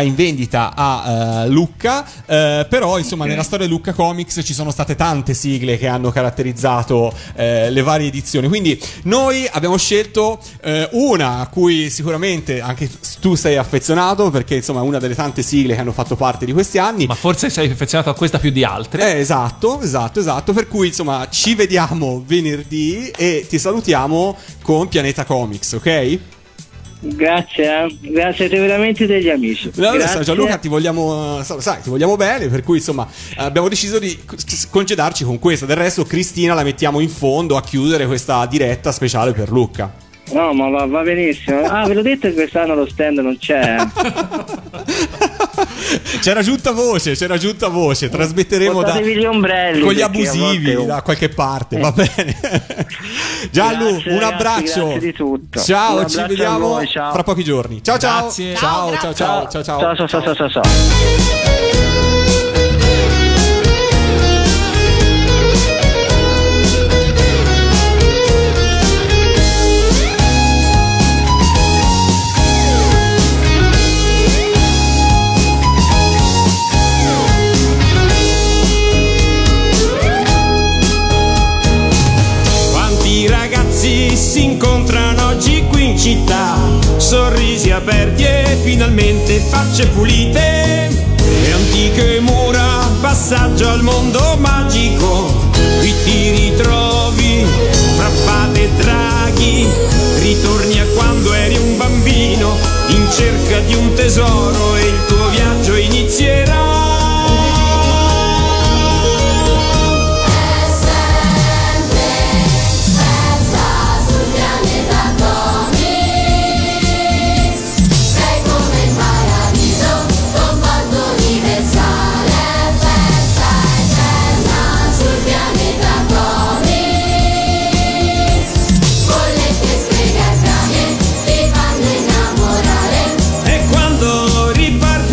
Speaker 2: a Lucca, però insomma nella storia di Lucca Comics ci sono state tante sigle che hanno caratterizzato le varie edizioni, quindi noi abbiamo scelto una a cui sicuramente anche tu sei affezionato, perché insomma è una delle tante sigle che hanno fatto parte di questi anni.
Speaker 3: Ma forse sei affezionato a questa più di altre.
Speaker 2: Esatto, per cui insomma ci vediamo venerdì e ti salutiamo con Pianeta Comics, ok?
Speaker 6: Grazie, siete veramente degli amici.
Speaker 2: Grazie. Gianluca, ti vogliamo bene, per cui insomma abbiamo deciso di congedarci con questa. Del resto Cristina la mettiamo in fondo a chiudere questa diretta speciale per Lucca.
Speaker 6: No, ma va benissimo. Ve l'ho detto che quest'anno lo stand non c'è.
Speaker 2: C'era giunta voce. Trasmetteremo
Speaker 6: gli ombrelli
Speaker 2: con gli abusivi da qualche parte, va bene. Gianlu, un abbraccio.
Speaker 6: Grazie di tutto.
Speaker 2: Ciao, ci vediamo fra pochi giorni. Ciao.
Speaker 3: Grazie.
Speaker 2: Ciao.
Speaker 6: Ciao.
Speaker 7: Si incontrano oggi qui in città, sorrisi aperti e finalmente facce pulite, e antiche mura, passaggio al mondo magico. Qui ti ritrovi fra fate e draghi, ritorni a quando eri un bambino in cerca di un tesoro e il tuo viaggio inizierà. Riparti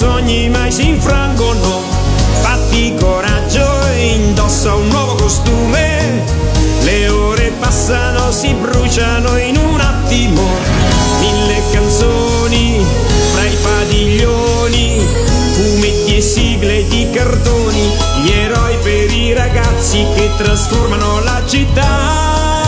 Speaker 7: sogni mai si infrangono. Fatti coraggio e indossa un nuovo costume. Le ore passano, si bruciano in un attimo. 1000 canzoni fra i padiglioni, fumetti e sigle di cartoni, gli eroi per i ragazzi che trasformano la città.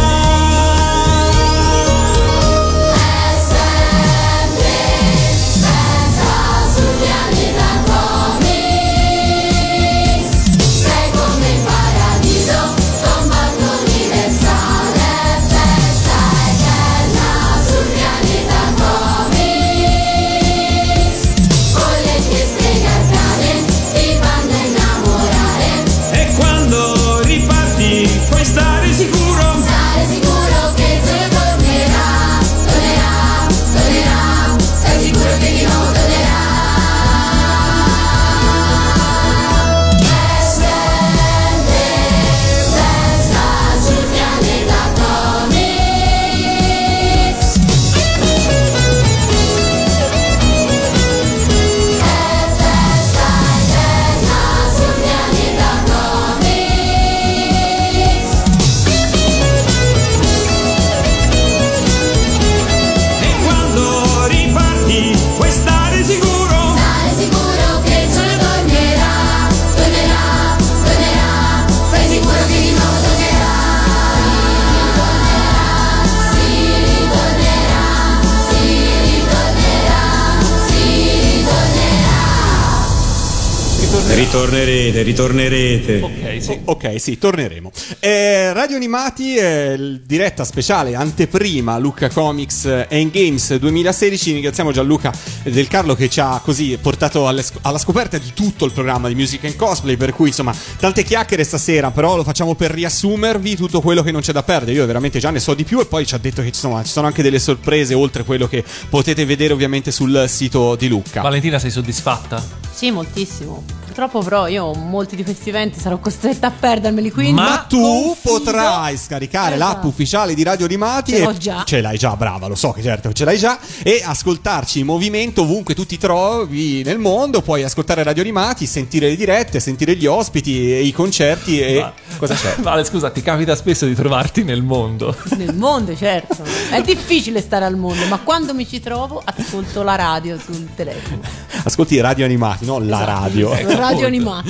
Speaker 6: Ritornerete.
Speaker 2: Ok, sì, torneremo. Radio Animati, diretta speciale anteprima Lucca Comics and Games 2016. Ringraziamo Gianluca Del Carlo che ci ha così portato alla scoperta di tutto il programma di Music and Cosplay, per cui insomma tante chiacchiere stasera, però lo facciamo per riassumervi tutto quello che non c'è da perdere. Io veramente già ne so di più, e poi ci ha detto che ci sono anche delle sorprese oltre quello che potete vedere ovviamente sul sito di Lucca.
Speaker 3: Valentina, sei soddisfatta?
Speaker 4: Sì, moltissimo. Purtroppo però io molti di questi eventi sarò costretta a perdermeli, quindi
Speaker 2: ma tu potrai scaricare l'app ufficiale di Radio Animati. Ce l'hai già, brava, lo so che certo ce l'hai già, e ascoltarci in movimento ovunque tu ti trovi nel mondo. Puoi ascoltare Radio Animati, sentire le dirette, sentire gli ospiti e i concerti cosa c'è?
Speaker 3: Vale, scusa, ti capita spesso di trovarti nel mondo?
Speaker 4: Nel mondo, certo. È difficile stare al mondo, ma quando mi ci trovo ascolto la radio sul telefono.
Speaker 2: Ascolti Radio Animati, no? La radio.
Speaker 4: Radio Animati.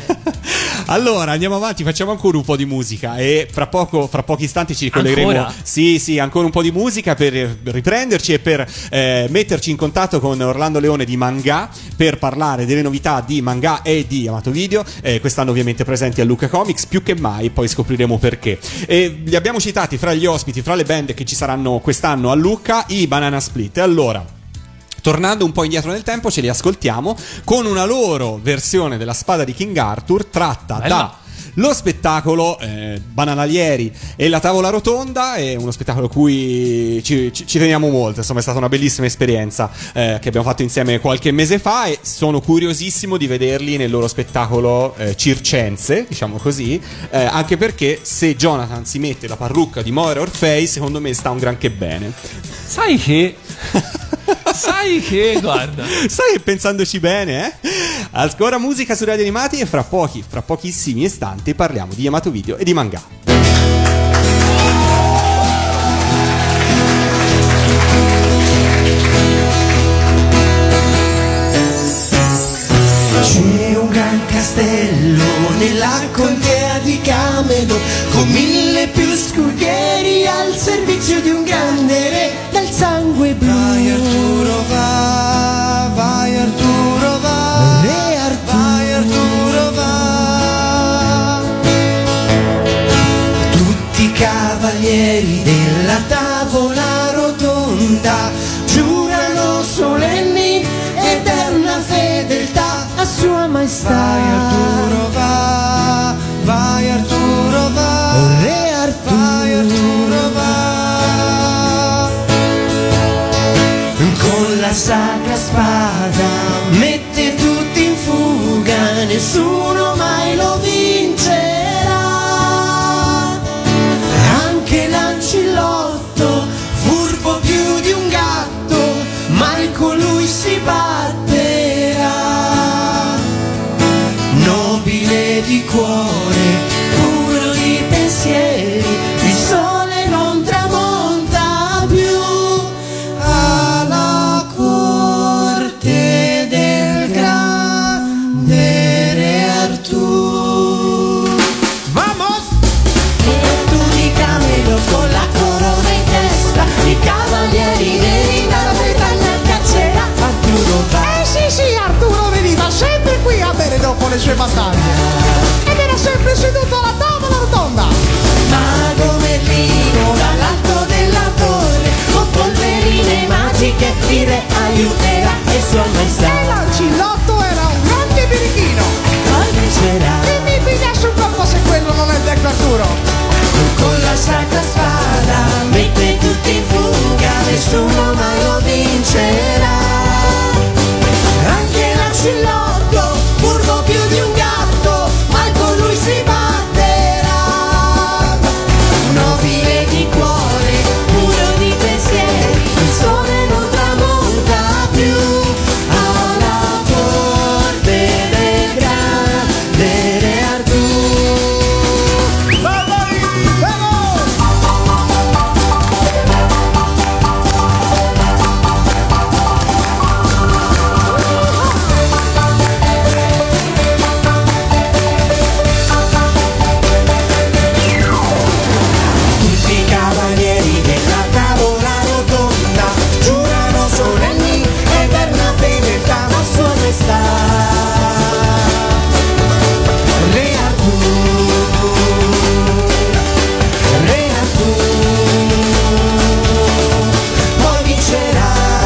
Speaker 2: Allora andiamo avanti, facciamo ancora un po' di musica e fra pochi istanti ci collegheremo. Ancora? Sì, ancora un po' di musica per riprenderci e per metterci in contatto con Orlando Leone di Manga per parlare delle novità di Manga e di Yamato Video, quest'anno ovviamente presenti a Lucca Comics più che mai, poi scopriremo perché. Li abbiamo citati fra gli ospiti, fra le band che ci saranno quest'anno a Lucca, i Banana Split. Allora, tornando un po' indietro nel tempo, ce li ascoltiamo con una loro versione della Spada di King Arthur tratta da lo spettacolo Bananalieri e la Tavola Rotonda. È uno spettacolo a cui ci teniamo molto, insomma è stata una bellissima esperienza che abbiamo fatto insieme qualche mese fa, e sono curiosissimo di vederli nel loro spettacolo circense, diciamo così, anche perché se Jonathan si mette la parrucca di Moira Orfei, secondo me sta un granché bene.
Speaker 3: Sai che guarda,
Speaker 2: sai che pensandoci bene, ancora musica su Radio Animati, e fra pochissimi istanti parliamo di Yamato Video e di Manga.
Speaker 8: C'è un gran castello nella contea di Camedo, con 1000 più scudieri al servizio di un grande re dal sangue blu. Vai Arturo va, vai Arturo va, re Arturo, vai Arturo va. Tutti i cavalieri della Tavola Rotonda giurano solenni eterna fedeltà a Sua Maestà. Vai Arturo va, vai Arturo va, re Arturo, vai Arturo va. Con la sacra spada mette tutti in fuga, nessuno mai lo vincerà. Anche Lancillotto, furbo più di un gatto, mai con lui si batterà. più era e sua maestà.
Speaker 9: E l'Ancillotto era un grande birichino.
Speaker 8: Poi vincerà.
Speaker 9: Dimmi adesso un po' se quello non è il vecchio Arturo.
Speaker 8: Con la sacra spada mette tutti in fuga, nessuno mai lo vincerà. Anche l'Ancillotto, furbo più di un gatto, mai con lui si batterà. Nobile di cuore, puro di pensieri, il sole non tramonta più. Alla corte del grande Re Artù. Tutti i cavalieri della tavola rotonda giurano solenni eterna fedeltà a sua maestà. Re Artù, Re Artù, poi vincerà.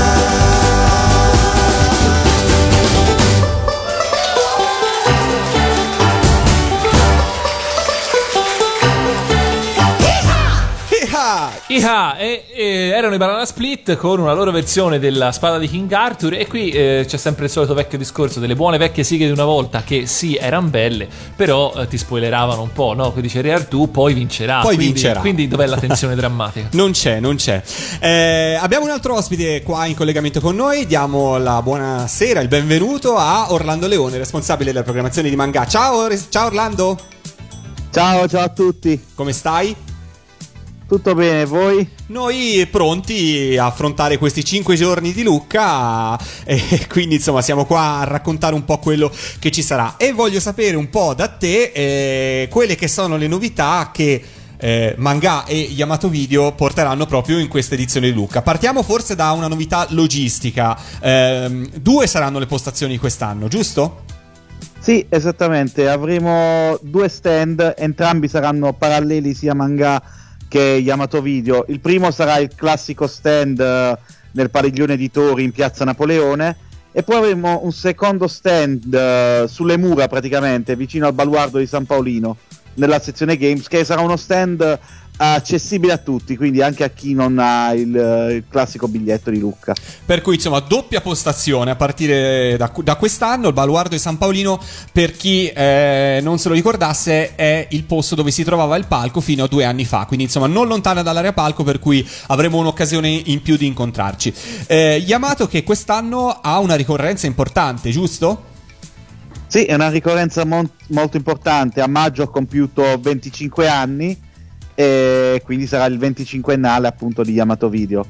Speaker 3: Erano i Banana Split con una loro versione della spada di King Arthur. E qui c'è sempre il solito vecchio discorso delle buone vecchie sigle di una volta, che sì, erano belle, però ti spoileravano un po', no? Qui dice Re Artù poi vincerà. Quindi dov'è la tensione drammatica?
Speaker 2: Non c'è. Abbiamo un altro ospite qua in collegamento con noi. Diamo la buonasera, il benvenuto a Orlando Leone, responsabile della programmazione di Manga. Ciao Orlando.
Speaker 10: Ciao a tutti.
Speaker 2: Come stai?
Speaker 10: Tutto bene, voi?
Speaker 2: Noi pronti a affrontare questi 5 giorni di Lucca e quindi insomma siamo qua a raccontare un po' quello che ci sarà. E voglio sapere un po' da te quelle che sono le novità che Manga e Yamato Video porteranno proprio in questa edizione di Lucca. Partiamo forse da una novità logistica. 2 saranno le postazioni quest'anno, giusto?
Speaker 10: Sì, esattamente. Avremo 2 stand, entrambi saranno paralleli sia Manga che Yamato Video. Il primo sarà il classico stand nel padiglione editori in piazza Napoleone, e poi avremo un secondo stand sulle mura, praticamente vicino al baluardo di San Paolino, nella sezione games, che sarà uno stand accessibile a tutti, quindi anche a chi non ha il classico biglietto di Lucca.
Speaker 2: Per cui insomma doppia postazione a partire da quest'anno. Il baluardo di San Paolino, per chi non se lo ricordasse, è il posto dove si trovava il palco fino a 2 anni fa, quindi insomma non lontana dall'area palco, per cui avremo un'occasione in più di incontrarci. Yamato, che quest'anno ha una ricorrenza importante, giusto?
Speaker 10: Sì, è una ricorrenza molto importante. A maggio ho compiuto 25 anni e quindi sarà il 25ennale appunto di Yamato Video.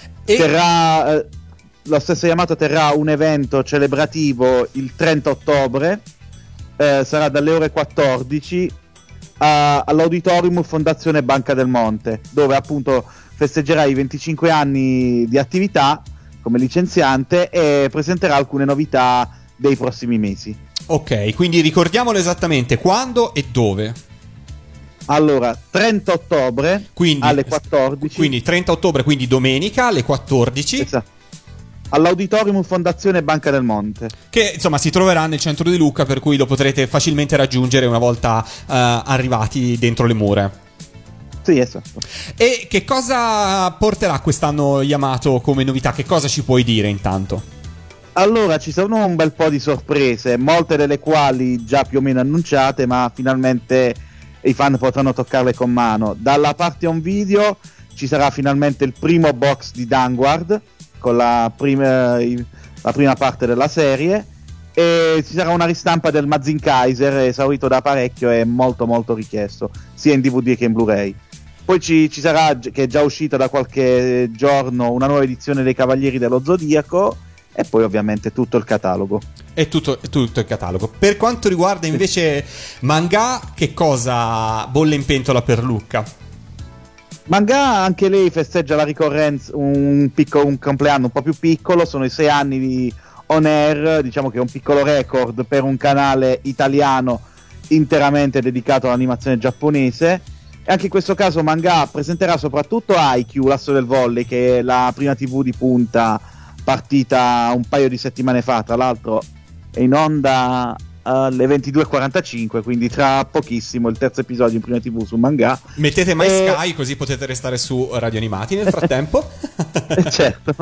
Speaker 10: Lo stesso Yamato terrà un evento celebrativo il 30 ottobre, sarà dalle ore 14 all'Auditorium Fondazione Banca del Monte, dove appunto festeggerà i 25 anni di attività come licenziante e presenterà alcune novità dei prossimi mesi.
Speaker 2: Ok, quindi ricordiamolo esattamente quando e dove.
Speaker 10: Allora, 30 ottobre
Speaker 2: quindi,
Speaker 10: alle 14.
Speaker 2: Quindi 30 ottobre, quindi domenica alle 14.
Speaker 10: Esatto. All'Auditorium Fondazione Banca del Monte,
Speaker 2: che insomma si troverà nel centro di Lucca, per cui lo potrete facilmente raggiungere una volta arrivati dentro le mura.
Speaker 10: Sì, esatto.
Speaker 2: E che cosa porterà quest'anno Yamato come novità? Che cosa ci puoi dire intanto?
Speaker 10: Allora, ci sono un bel po' di sorprese, molte delle quali già più o meno annunciate, ma finalmente i fan potranno toccarle con mano. Dalla parte on video ci sarà finalmente il primo box di Danguard, con la prima parte della serie, e ci sarà una ristampa del Mazin Kaiser, esaurito da parecchio e molto molto richiesto, sia in DVD che in Blu-ray. Poi ci sarà, che è già uscita da qualche giorno, una nuova edizione dei Cavalieri dello Zodiaco, e poi ovviamente tutto il catalogo.
Speaker 2: E tutto il catalogo. Per quanto riguarda invece Manga, che cosa bolle in pentola per Lucca?
Speaker 10: Manga, anche lei festeggia la ricorrenza, un compleanno un po' più piccolo, sono i 6 anni di On Air, diciamo che è un piccolo record per un canale italiano interamente dedicato all'animazione giapponese. E anche in questo caso Manga presenterà soprattutto Haikyuu, l'asso del volley, che è la prima TV di punta partita un paio di settimane fa, tra l'altro è in onda alle 22:45, quindi tra pochissimo il terzo episodio in Prima TV su Manga.
Speaker 2: Mettete mai Sky così potete restare su Radio Animati nel frattempo.
Speaker 10: Certo.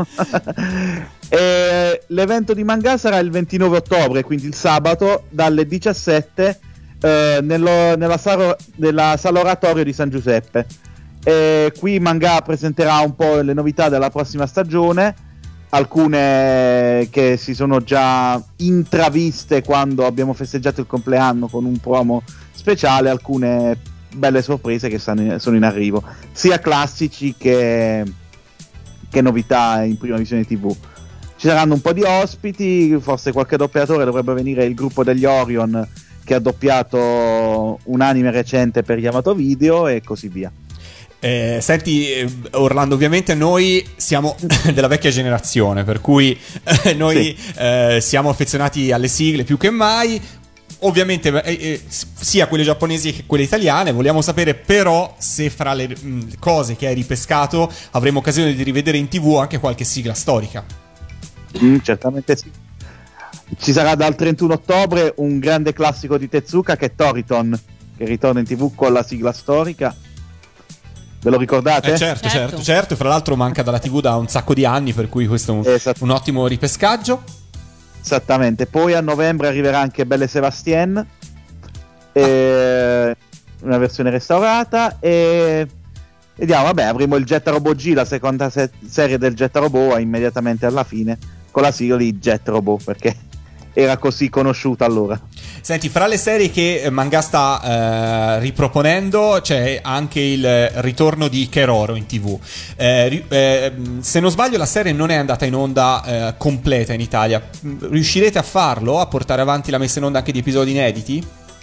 Speaker 10: L'evento di Manga sarà il 29 ottobre, quindi il sabato dalle 17 nella sala oratorio di San Giuseppe. Qui Manga presenterà un po' le novità della prossima stagione, alcune che si sono già intraviste quando abbiamo festeggiato il compleanno con un promo speciale, alcune belle sorprese che sono in arrivo, sia classici che novità in prima visione TV. Ci saranno un po' di ospiti, forse qualche doppiatore, dovrebbe venire il gruppo degli Orion che ha doppiato un anime recente per Yamato Video e così via.
Speaker 2: Senti Orlando, ovviamente noi siamo della vecchia generazione, per cui noi siamo affezionati alle sigle più che mai, ovviamente sia quelle giapponesi che quelle italiane. Vogliamo sapere però se fra le cose che hai ripescato avremo occasione di rivedere in TV anche qualche sigla storica.
Speaker 10: Certamente sì. Ci sarà dal 31 ottobre un grande classico di Tezuka che è Toriton, che ritorna in TV con la sigla storica. Ve lo ricordate?
Speaker 2: Certo. Fra l'altro manca dalla TV da un sacco di anni, per cui questo è un ottimo ripescaggio.
Speaker 10: Esattamente. Poi a novembre arriverà anche Belle Sébastien, una versione restaurata, e vediamo, avremo il Jet Robot G, la seconda serie del Jet Robot immediatamente alla fine, con la sigla di Jet Robot, perché era così conosciuta allora.
Speaker 2: Senti, fra le serie che Manga sta riproponendo c'è anche il ritorno di Keroro in TV. Se non sbaglio la serie non è andata in onda completa in Italia. Riuscirete a farlo? A portare avanti la messa in onda anche di episodi inediti?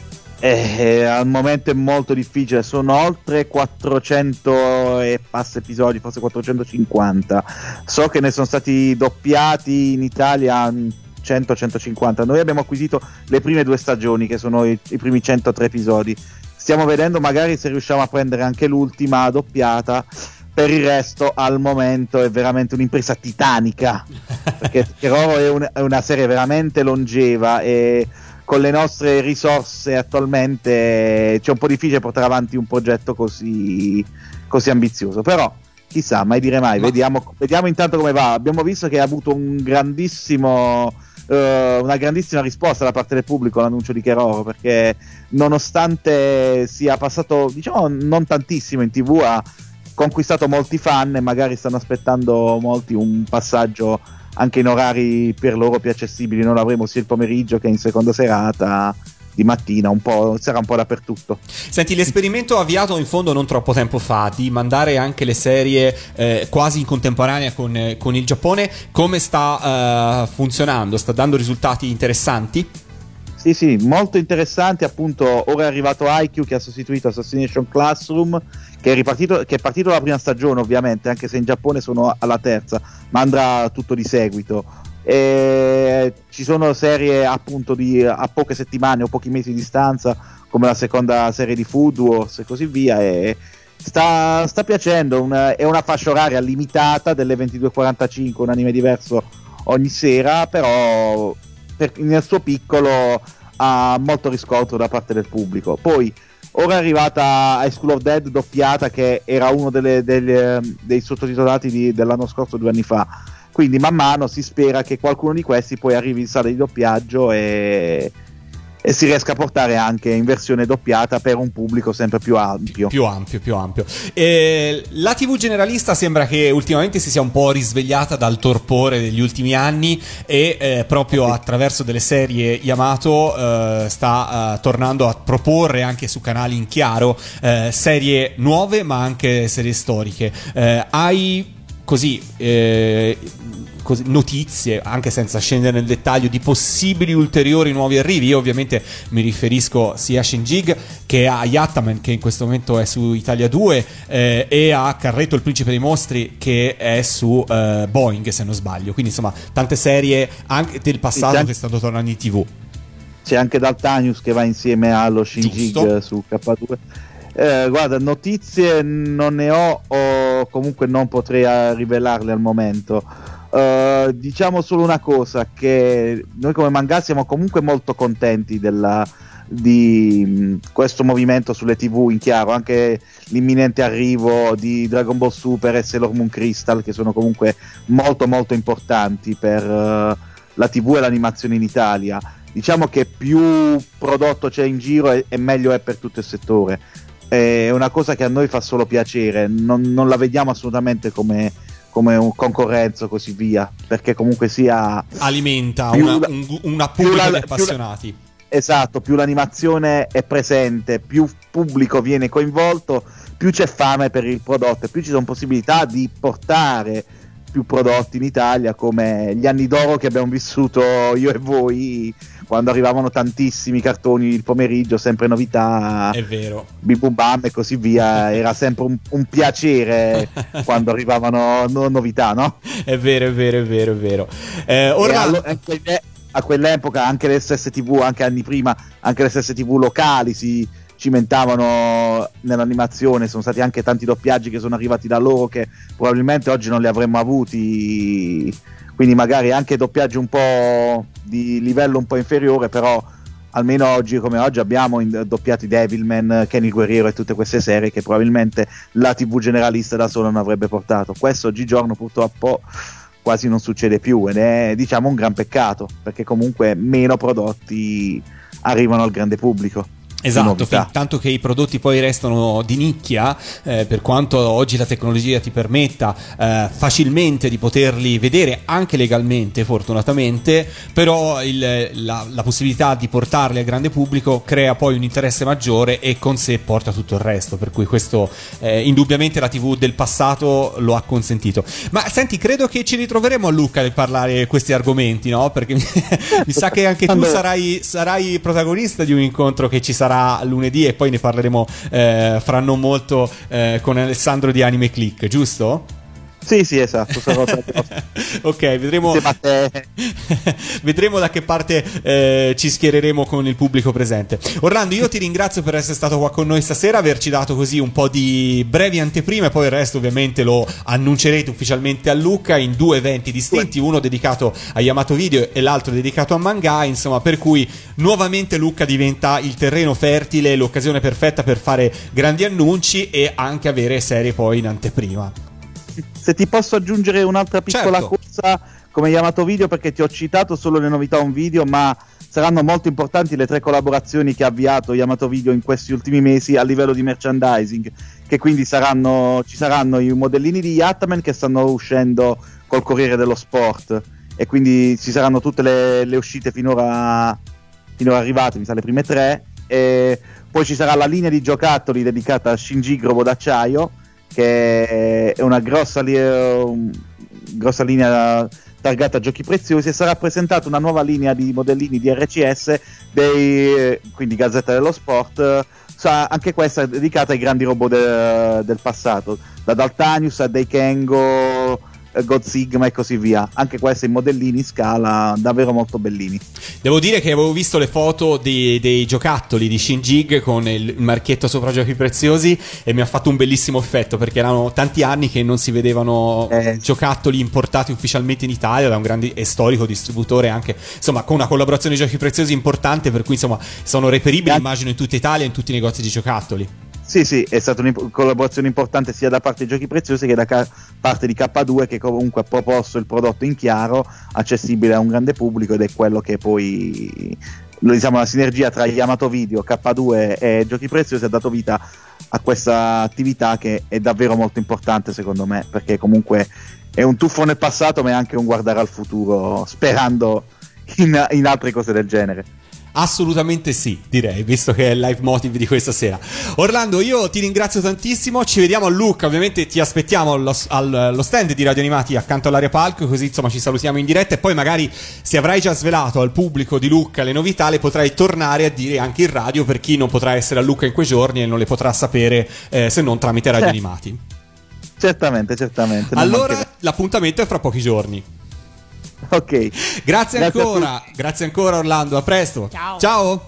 Speaker 10: Al momento è molto difficile, sono oltre 400 e passa episodi, forse 450. So che ne sono stati doppiati in Italia 100-150. Noi abbiamo acquisito le prime 2 stagioni, che sono i primi 103 episodi. Stiamo vedendo magari se riusciamo a prendere anche l'ultima doppiata. Per il resto al momento è veramente un'impresa titanica, perché Keroro è una serie veramente longeva e con le nostre risorse attualmente c'è un po' difficile portare avanti un progetto così ambizioso, però chissà, mai dire mai. Vediamo intanto come va. Abbiamo visto che ha avuto una grandissima risposta da parte del pubblico all'annuncio di Keroro, perché nonostante sia passato, diciamo, non tantissimo in TV, ha conquistato molti fan e magari stanno aspettando molti un passaggio anche in orari per loro più accessibili. Noi l'avremo sia il pomeriggio che in seconda serata, di mattina, sarà un po' dappertutto.
Speaker 2: Senti, l'esperimento avviato in fondo non troppo tempo fa di mandare anche le serie quasi in contemporanea con il Giappone, come sta funzionando? Sta dando risultati interessanti?
Speaker 10: Sì, molto interessanti. Appunto, ora è arrivato Haikyuu che ha sostituito Assassination Classroom, che è partito la prima stagione, ovviamente, anche se in Giappone sono alla terza, ma andrà tutto di seguito. Ci sono serie appunto a poche settimane o pochi mesi di distanza, come la seconda serie di Food Wars e così via, e sta piacendo. È una fascia oraria limitata delle 22:45, un anime diverso ogni sera, però nel suo piccolo ha molto riscontro da parte del pubblico. Poi ora è arrivata High School of Dead doppiata, che era uno dei sottotitolati dell'anno scorso, 2 anni fa. Quindi man mano si spera che qualcuno di questi poi arrivi in sala di doppiaggio e si riesca a portare anche in versione doppiata per un pubblico sempre più ampio.
Speaker 2: Più ampio. La TV generalista sembra che ultimamente si sia un po' risvegliata dal torpore degli ultimi anni e proprio attraverso delle serie Yamato sta tornando a proporre anche su canali in chiaro serie nuove, ma anche serie storiche. Hai così notizie, anche senza scendere nel dettaglio, di possibili ulteriori nuovi arrivi? Io ovviamente mi riferisco sia a Shinjig che a Yattaman, che in questo momento è su Italia 2, e a Carretto il principe dei mostri, che è su Boeing, se non sbaglio. Quindi insomma tante serie anche del passato che stanno tornando in TV.
Speaker 10: C'è anche Daltanius che va insieme allo Shinjig su K2. Guarda, notizie non ne ho, o comunque non potrei rivelarle al momento. Diciamo solo una cosa, che noi come manga siamo comunque molto contenti di questo movimento sulle TV in chiaro, anche l'imminente arrivo di Dragon Ball Super e Sailor Moon Crystal, che sono comunque molto molto importanti per la TV e l'animazione in Italia. Diciamo che più prodotto c'è in giro e meglio è per tutto il settore. È una cosa che a noi fa solo piacere, non la vediamo assolutamente come un concorrenza o così via, perché comunque sia
Speaker 2: alimenta una pubblico di appassionati.
Speaker 10: Esatto, più l'animazione è presente, più pubblico viene coinvolto, più c'è fame per il prodotto e più ci sono possibilità di portare più prodotti in Italia, come gli anni d'oro che abbiamo vissuto io e voi, quando arrivavano tantissimi cartoni il pomeriggio, sempre novità,
Speaker 2: è vero,
Speaker 10: Bim Bum Bam e così via. Era sempre un piacere quando arrivavano novità, no?
Speaker 2: È vero.
Speaker 10: Ora a quell'epoca anche le stesse TV, anche anni prima, anche le stesse TV locali si cimentavano nell'animazione. Sono stati anche tanti doppiaggi che sono arrivati da loro che probabilmente oggi non li avremmo avuti, quindi magari anche doppiaggi un po' di livello un po' inferiore, però almeno oggi come oggi abbiamo doppiati Devilman, Kenny Guerriero e tutte queste serie che probabilmente la TV generalista da sola non avrebbe portato. Questo oggigiorno purtroppo quasi non succede più ed è, diciamo, un gran peccato, perché comunque meno prodotti arrivano al grande pubblico.
Speaker 2: Esatto, tanto che i prodotti poi restano di nicchia, per quanto oggi la tecnologia ti permetta facilmente di poterli vedere anche legalmente, fortunatamente, però la possibilità di portarli al grande pubblico crea poi un interesse maggiore e con sé porta tutto il resto, per cui questo indubbiamente la TV del passato lo ha consentito. Ma senti, credo che ci ritroveremo a Lucca per parlare questi argomenti, no? Perché mi sa che anche tu sarai protagonista di un incontro che ci sarà lunedì e poi ne parleremo fra non molto con Alessandro di Anime Click, giusto?
Speaker 10: Sì, esatto.
Speaker 2: Ok, vedremo da che parte ci schiereremo con il pubblico presente. Orlando, io ti ringrazio per essere stato qua con noi stasera, averci dato così un po' di brevi anteprime, poi il resto ovviamente lo annuncerete ufficialmente a Lucca in 2 eventi distinti, uno dedicato a Yamato Video e l'altro dedicato a manga, insomma, per cui nuovamente Lucca diventa il terreno fertile, l'occasione perfetta per fare grandi annunci e anche avere serie poi in anteprima.
Speaker 10: Se ti posso aggiungere un'altra piccola cosa come Yamato Video, perché ti ho citato solo le novità on video, ma saranno molto importanti le 3 collaborazioni che ha avviato Yamato Video in questi ultimi mesi a livello di merchandising, che quindi ci saranno i modellini di Yatman che stanno uscendo col Corriere dello Sport, e quindi ci saranno tutte le uscite finora arrivate, mi sa le prime 3, e poi ci sarà la linea di giocattoli dedicata a Shinji Grobo d'acciaio, che è una grossa linea targata a giochi preziosi, e sarà presentata una nuova linea di modellini di RCS quindi Gazzetta dello Sport, anche questa dedicata ai grandi robot del passato, da Daltanius a Daikengo, God Sigma e così via. Anche questi modellini in scala davvero molto bellini.
Speaker 2: Devo dire che avevo visto le foto dei giocattoli di Shinjig con il marchietto sopra giochi preziosi e mi ha fatto un bellissimo effetto, perché erano tanti anni che non si vedevano giocattoli importati ufficialmente in Italia da un grande e storico distributore, anche insomma con una collaborazione di giochi preziosi importante, per cui insomma sono reperibili immagino in tutta Italia, in tutti i negozi di giocattoli.
Speaker 10: Sì, è stata una collaborazione importante sia da parte di Giochi Preziosi che da parte di K2, che comunque ha proposto il prodotto in chiaro, accessibile a un grande pubblico, ed è quello che poi, diciamo, la sinergia tra Yamato Video, K2 e Giochi Preziosi ha dato vita a questa attività che è davvero molto importante secondo me, perché comunque è un tuffo nel passato ma è anche un guardare al futuro, sperando in altre cose del genere.
Speaker 2: Assolutamente sì, direi, visto che è il live motive di questa sera. Orlando, io ti ringrazio tantissimo, ci vediamo a Lucca, ovviamente ti aspettiamo allo stand di Radio Animati accanto all'area palco, così insomma ci salutiamo in diretta, e poi magari se avrai già svelato al pubblico di Lucca le novità le potrai tornare a dire anche in radio per chi non potrà essere a Lucca in quei giorni e non le potrà sapere se non tramite Radio Animati.
Speaker 10: Certamente.
Speaker 2: Allora l'appuntamento è fra pochi giorni.
Speaker 10: Ok,
Speaker 2: grazie ancora Orlando, a presto. Ciao.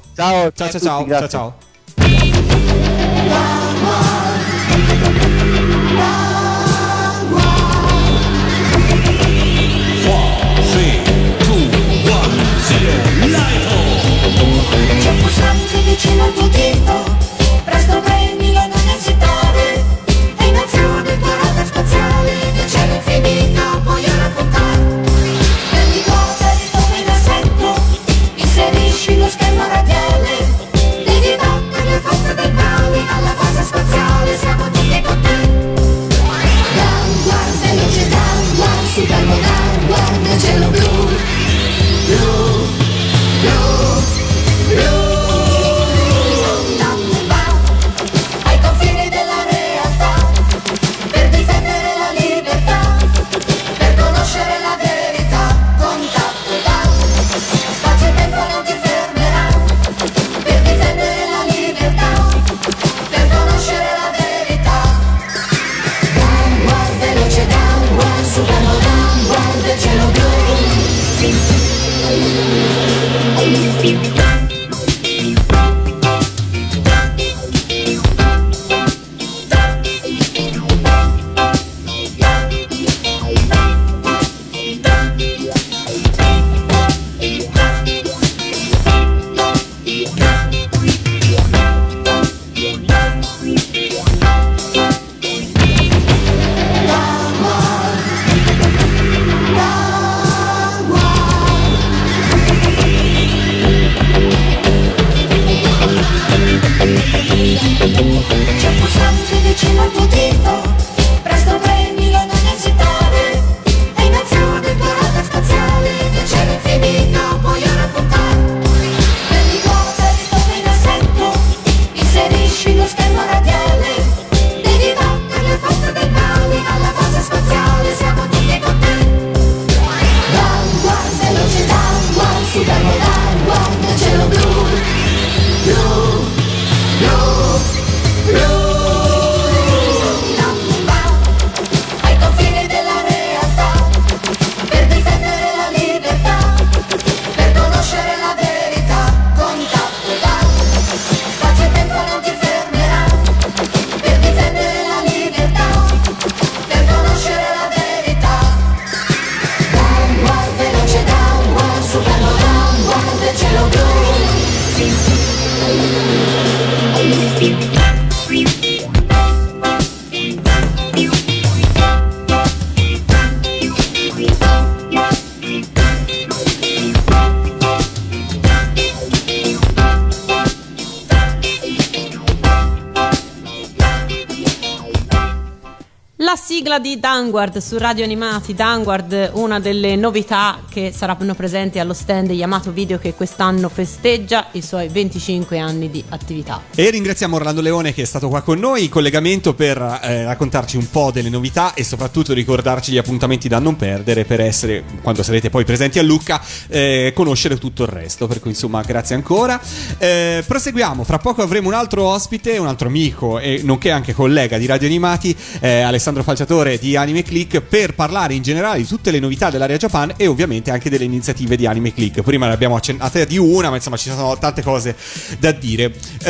Speaker 4: sigla di Downward su Radio Animati. Downward, una delle novità che saranno presenti allo stand Yamato Video, che quest'anno festeggia i suoi 25 anni di attività.
Speaker 2: E ringraziamo Orlando Leone che è stato qua con noi in collegamento per raccontarci un po' delle novità e soprattutto ricordarci gli appuntamenti da non perdere per essere, quando sarete poi presenti a Lucca, conoscere tutto il resto. Per cui insomma grazie ancora. Proseguiamo, fra poco avremo un altro ospite, un altro amico e nonché anche collega di Radio Animati, Alessandro Falciatore di Anime Click, per parlare in generale di tutte le novità dell'area Japan e ovviamente anche delle iniziative di Anime Click. Prima ne abbiamo accennate di una, ma insomma ci sono tante cose da dire.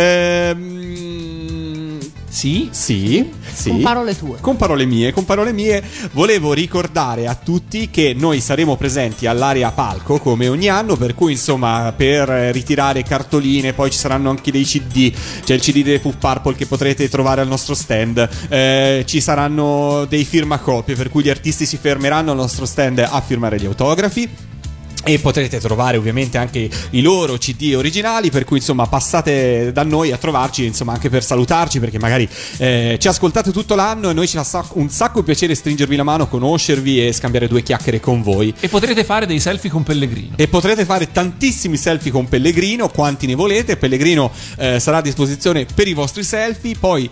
Speaker 2: Sì.
Speaker 4: Con parole tue.
Speaker 2: Con parole mie, volevo ricordare a tutti che noi saremo presenti all'area palco come ogni anno, per cui insomma per ritirare cartoline, poi ci saranno anche dei CD, c'è il CD dei Puff Purple che potrete trovare al nostro stand, ci saranno dei firmacopie, per cui gli artisti si fermeranno al nostro stand a firmare gli autografi. E potrete trovare ovviamente anche i loro CD originali, per cui insomma passate da noi a trovarci, insomma anche per salutarci, perché magari ci ascoltate tutto l'anno e noi ci fa un sacco piacere stringervi la mano, conoscervi e scambiare due chiacchiere con voi.
Speaker 3: E potrete fare dei selfie con Pellegrino.
Speaker 2: E potrete fare tantissimi selfie con Pellegrino, quanti ne volete. Pellegrino sarà a disposizione per i vostri selfie. Poi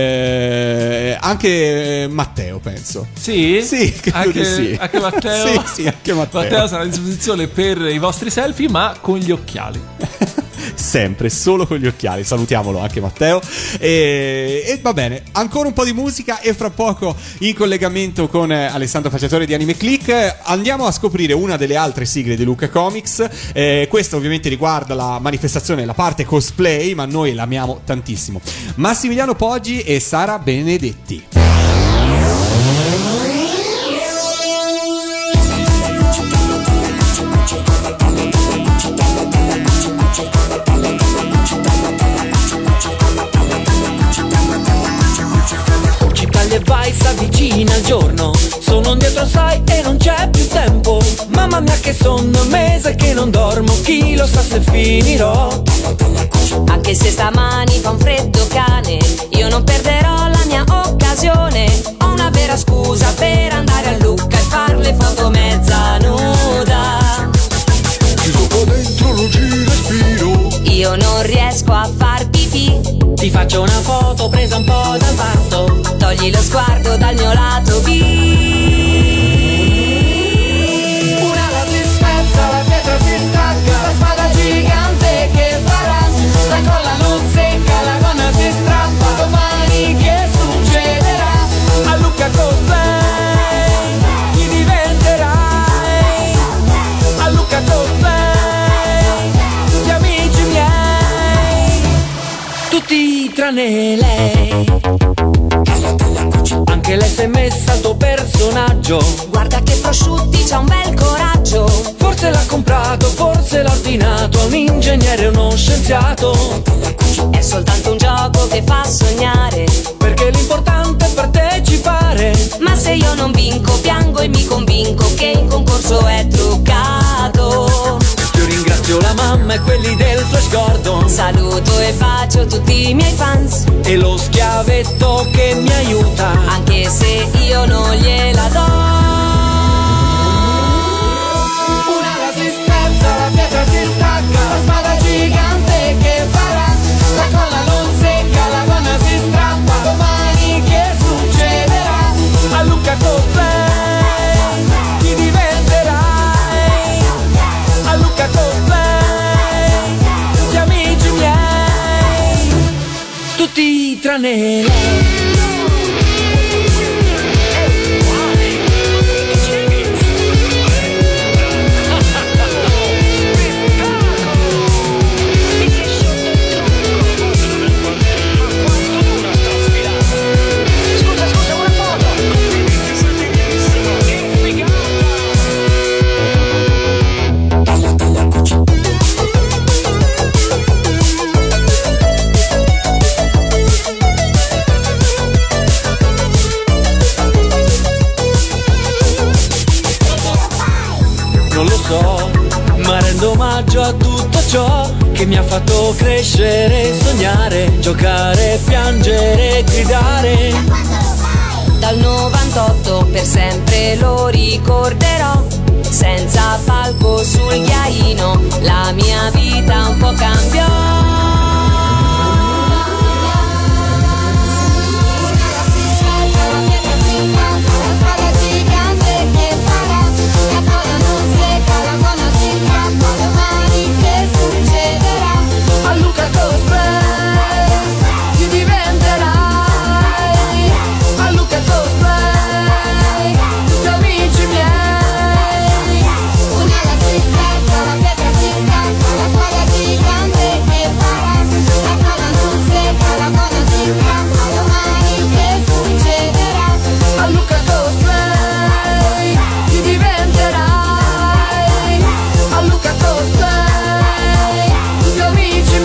Speaker 2: anche Matteo, penso.
Speaker 3: Sì?
Speaker 2: Sì, credo di sì.
Speaker 3: Anche Matteo?
Speaker 2: Sì, anche Matteo.
Speaker 3: Matteo sarà a disposizione per i vostri selfie, ma con gli occhiali.
Speaker 2: Sempre, solo con gli occhiali. Salutiamolo anche Matteo. E va bene, ancora un po' di musica e fra poco in collegamento con Alessandro Falciatore di Anime Click andiamo a scoprire una delle altre sigle di Lucca Comics. Questa ovviamente riguarda la manifestazione, la parte cosplay, ma noi l'amiamo tantissimo. Massimiliano Poggi e Sara Benedetti.
Speaker 11: E vai, s'avvicina il giorno, sono dietro sai e non c'è più tempo. Mamma mia che sonno, un mese che non dormo, chi lo sa se finirò.
Speaker 12: Anche se stamani fa un freddo cane, io non perderò la mia occasione. Ho una vera scusa per andare a Lucca e far le foto mezza nuda.
Speaker 13: Chiuso qua dentro non ci respiro,
Speaker 12: io non riesco a far pipì.
Speaker 11: Ti faccio una foto presa un po' dal passo,
Speaker 12: togli lo sguardo dal mio lato B.
Speaker 11: Una la si spezza, la pietra si stacca, la spada gigante che farà, la colla non secca, la gonna si strappa, domani che succederà? A Lucca Cosplay chi diventerai? A Lucca Cosplay gli amici miei, tutti tranne lei. Anche lei si è messa al tuo personaggio,
Speaker 12: guarda che prosciutti, c'ha un bel coraggio.
Speaker 11: Forse l'ha comprato, forse l'ha ordinato a un ingegnere o uno scienziato.
Speaker 12: È soltanto un gioco che fa sognare,
Speaker 11: perché l'importante è partecipare.
Speaker 12: Ma se io non vinco, piango e mi convinco che il concorso è truccato.
Speaker 11: Io ringrazio la mamma e quelli del Flash Gordon,
Speaker 12: saluto e bacio tutti i miei fans
Speaker 11: e lo schiavetto che mi aiuta,
Speaker 12: anche se io non gliela do.
Speaker 11: Una la si spezza, la pietra si stacca, la spada gigante che farà, la colla non secca, la gonna si strappa, domani che succederà? A Lucca Cosplay chi diventerai? A Lucca Cosplay gli amici miei, tutti tranne lei. Ma rendo omaggio a tutto ciò che mi ha fatto crescere, sognare, giocare, piangere, gridare.
Speaker 12: dal 98 per sempre lo ricorderò. Senza palco sul ghiaino la mia vita un po' cambiò.
Speaker 11: A Luca Cosplay ti diventerai, a Luca Cosplay tutti amici miei. Una la si stacca, la pietra si stacca, la spada gigante che farà, la coda non secca, la coda si strappa, domani che succederà? A Luca Cosplay ti diventerai, a Luca Cosplay tutti amici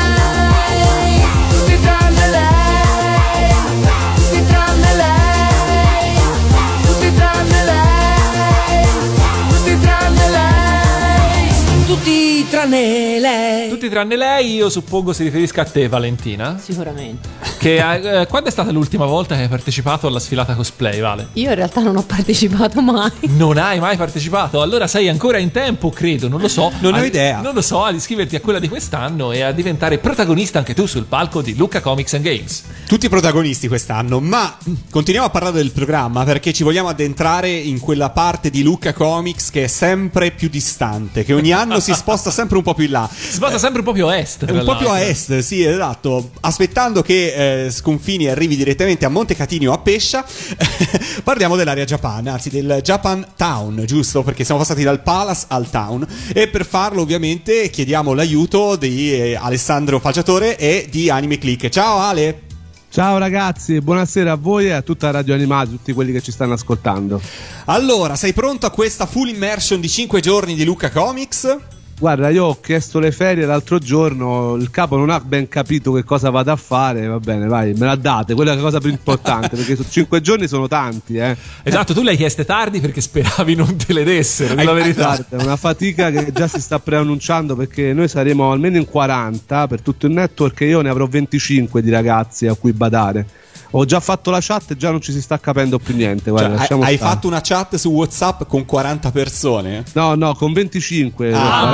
Speaker 11: miei, tutti tranne lei, tutti tranne lei, tutti tranne lei, tutti tranne lei, tutti tranne lei.
Speaker 3: Tutti tranne lei, io suppongo si riferisca a te, Valentina.
Speaker 4: Sicuramente.
Speaker 3: Che quando è stata l'ultima volta che hai partecipato alla sfilata cosplay, Vale?
Speaker 4: Io in realtà non ho partecipato mai.
Speaker 3: Non hai mai partecipato? Allora sei ancora in tempo, credo, non lo so.
Speaker 2: Non ho idea.
Speaker 3: Non lo so, ad iscriverti a quella di quest'anno e a diventare protagonista anche tu sul palco di Lucca Comics and Games.
Speaker 2: Tutti protagonisti quest'anno, ma continuiamo a parlare del programma perché ci vogliamo addentrare in quella parte di Lucca Comics che è sempre più distante, che ogni anno si sposta sempre un po' più in là.
Speaker 3: Si sposta sempre un po' più a est.
Speaker 2: Un po' più a est, sì, esatto. Aspettando che Sconfini arrivi direttamente a Montecatini o a Pescia, parliamo dell'area Japan, anzi del Japan Town, giusto? Perché siamo passati dal Palace al Town e per farlo ovviamente chiediamo l'aiuto di Alessandro Falciatore e di Anime Click. Ciao Ale!
Speaker 14: Ciao ragazzi, buonasera a voi e a tutta Radio Animati, tutti quelli che ci stanno ascoltando.
Speaker 2: Allora, sei pronto a questa full immersion di 5 giorni di Lucca Comics?
Speaker 14: Guarda, io ho chiesto le ferie l'altro giorno, il capo non ha ben capito che cosa vado a fare, va bene, vai, me la date, quella è la cosa più importante, perché 5 giorni sono tanti,
Speaker 3: Esatto, tu le hai chieste tardi perché speravi non te le dessero, la verità.
Speaker 14: È una fatica che già si sta preannunciando, perché noi saremo almeno in 40 per tutto il network e io ne avrò 25 di ragazzi a cui badare. Ho già fatto la chat e già non ci si sta capendo più niente. Guarda,
Speaker 2: cioè, hai fatto una chat su WhatsApp con 40 persone?
Speaker 14: No, con 25.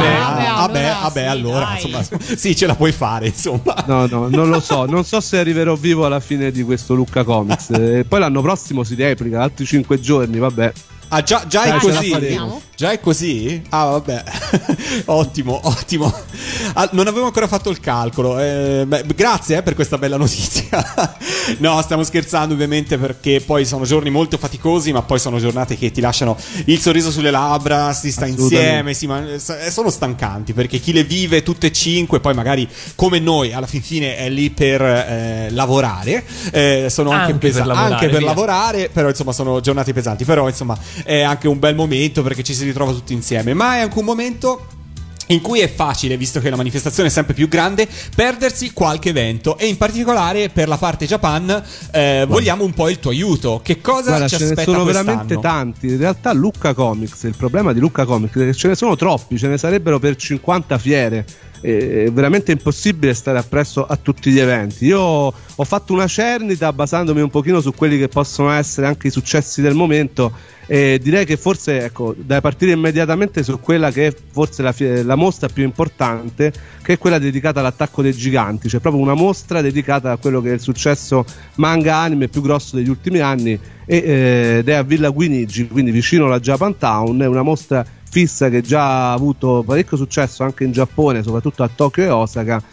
Speaker 2: Vabbè, allora insomma, sì, ce la puoi fare, insomma.
Speaker 14: No, non lo so. Non so se arriverò vivo alla fine di questo Lucca Comics. E poi l'anno prossimo si replica, altri 5 giorni, vabbè.
Speaker 2: Ah, già è così? Già è così? Ah, vabbè. ottimo. Non avevo ancora fatto il calcolo. Grazie per questa bella notizia. No, stiamo scherzando ovviamente, perché poi sono giorni molto faticosi, ma poi sono giornate che ti lasciano il sorriso sulle labbra, si sta insieme, sono stancanti, perché chi le vive tutte e 5 poi magari come noi alla fine è lì per lavorare, sono anche per lavorare, però insomma sono giornate pesanti, però insomma è anche un bel momento perché ci si ritrova tutti insieme, ma è anche un momento in cui è facile, visto che la manifestazione è sempre più grande, perdersi qualche evento, e in particolare per la parte Japan vogliamo un po' il tuo aiuto. Che cosa ci aspetta quest'anno?
Speaker 14: Sono veramente tanti. In realtà Lucca Comics, il problema di Lucca Comics è che ce ne sono troppi, ce ne sarebbero per 50 fiere. È veramente impossibile stare appresso a tutti gli eventi. Io ho fatto una cernita basandomi un pochino su quelli che possono essere anche i successi del momento, e direi che forse, ecco, da partire immediatamente su quella che è forse la mostra più importante, che è quella dedicata all'attacco dei giganti, cioè proprio una mostra dedicata a quello che è il successo manga anime più grosso degli ultimi anni, ed è a Villa Guinigi, quindi vicino alla Japan Town. È una mostra fissa che già ha avuto parecchio successo anche in Giappone, soprattutto a Tokyo e Osaka,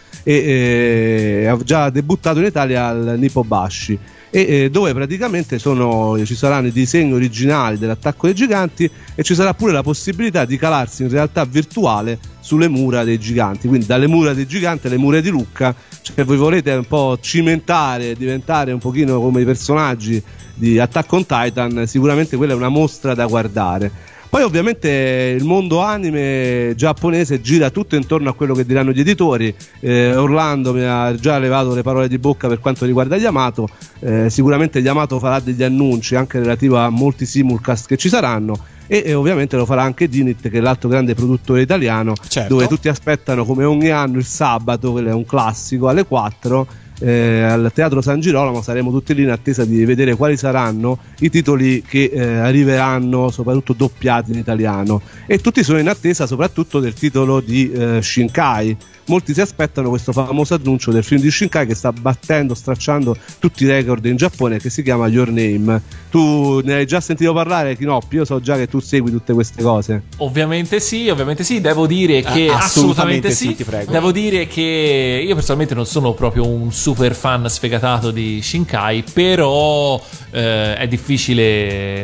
Speaker 14: e ha già debuttato in Italia al Nippobashi, dove praticamente ci saranno i disegni originali dell'attacco dei giganti, e ci sarà pure la possibilità di calarsi in realtà virtuale sulle mura dei giganti, quindi dalle mura dei giganti alle mura di Lucca. Cioè, voi volete un po' cimentare, diventare un pochino come i personaggi di Attack on Titan, sicuramente quella è una mostra da guardare. Poi ovviamente il mondo anime giapponese gira tutto intorno a quello che diranno gli editori. Orlando mi ha già levato le parole di bocca per quanto riguarda Yamato. Sicuramente Yamato farà degli annunci anche relativi a molti simulcast che ci saranno, e ovviamente lo farà anche Dinit, che è l'altro grande produttore italiano, certo, dove tutti aspettano come ogni anno il sabato, quello è un classico, alle 4, al Teatro San Girolamo saremo tutti lì in attesa di vedere quali saranno i titoli che arriveranno, soprattutto doppiati in italiano, e tutti sono in attesa soprattutto del titolo di Shinkai. Molti si aspettano questo famoso annuncio del film di Shinkai che sta stracciando tutti i record in Giappone, che si chiama Your Name. Tu ne hai già sentito parlare, Kinoppi? Io so già che tu segui tutte queste cose.
Speaker 3: Ovviamente sì, devo dire che assolutamente sì, ti prego. Devo dire che io personalmente non sono proprio un super fan sfegatato di Shinkai, però è difficile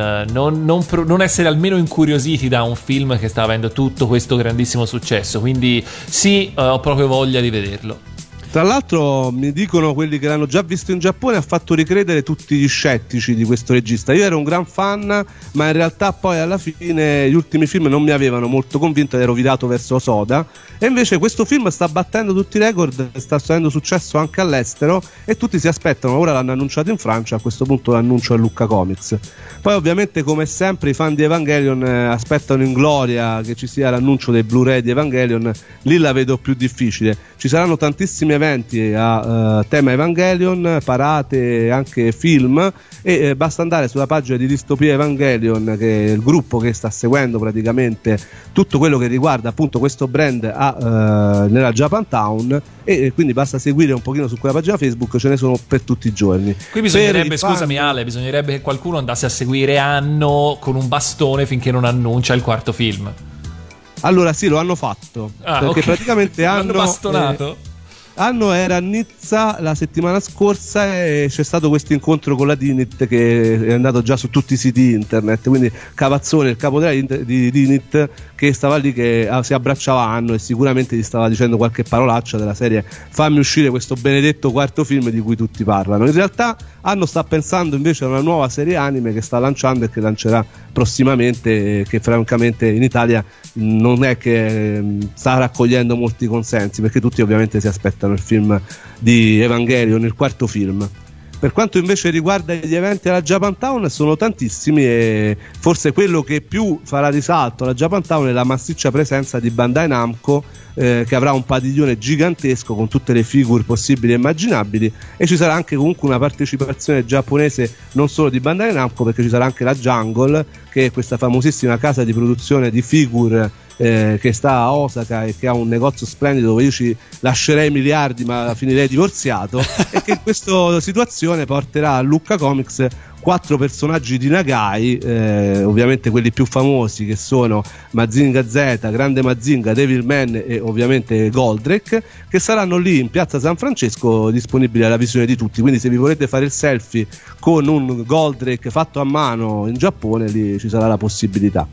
Speaker 3: non essere almeno incuriositi da un film che sta avendo tutto questo grandissimo successo, quindi sì, ho proprio voglia di vederlo.
Speaker 14: Tra l'altro mi dicono quelli che l'hanno già visto in Giappone, ha fatto ricredere tutti gli scettici di questo regista. Io ero un gran fan, ma in realtà poi alla fine gli ultimi film non mi avevano molto convinto ed ero virato verso Soda, e invece questo film sta battendo tutti i record, sta avendo successo anche all'estero e tutti si aspettano, ora l'hanno annunciato in Francia, a questo punto l'annuncio a Lucca Comics. Poi ovviamente come sempre i fan di Evangelion aspettano in gloria che ci sia l'annuncio dei Blu-ray di Evangelion, lì la vedo più difficile. Ci saranno tantissimi eventi a tema Evangelion, parate, anche film, e basta andare sulla pagina di Distopia Evangelion, che è il gruppo che sta seguendo praticamente tutto quello che riguarda appunto questo brand nella Japantown, e quindi basta seguire un pochino su quella pagina Facebook, ce ne sono per tutti i giorni.
Speaker 3: Qui bisognerebbe, scusami Ale, bisognerebbe che qualcuno andasse a seguire Anno con un bastone finché non annuncia il quarto film.
Speaker 14: Allora sì, lo hanno fatto, perché okay, praticamente
Speaker 3: hanno bastonato.
Speaker 14: Anno era a Nizza la settimana scorsa e c'è stato questo incontro con la Dinit che è andato già su tutti i siti internet, quindi Cavazzone, il capo di Dinit, che stava lì, che si abbracciava Anno e sicuramente gli stava dicendo qualche parolaccia della serie fammi uscire questo benedetto quarto film di cui tutti parlano. In realtà Anno sta pensando invece a una nuova serie anime che sta lanciando e che lancerà prossimamente, che francamente in Italia non è che sta raccogliendo molti consensi, perché tutti ovviamente si aspettano il film di Evangelion, il quarto film. Per quanto invece riguarda gli eventi alla Japantown, sono tantissimi, e forse quello che più farà risalto alla Japantown è la massiccia presenza di Bandai Namco, che avrà un padiglione gigantesco con tutte le figure possibili e immaginabili, e ci sarà anche comunque una partecipazione giapponese non solo di Bandai Namco, perché ci sarà anche la Jungle, che è questa famosissima casa di produzione di figure che sta a Osaka e che ha un negozio splendido dove io ci lascerei miliardi ma finirei divorziato e che in questa situazione porterà a Lucca Comics 4 personaggi di Nagai, ovviamente quelli più famosi, che sono Mazinga Z, Grande Mazinga, Devilman e ovviamente Goldrake, che saranno lì in piazza San Francesco disponibili alla visione di tutti. Quindi se vi volete fare il selfie con un Goldrake fatto a mano in Giappone, lì ci sarà la possibilità.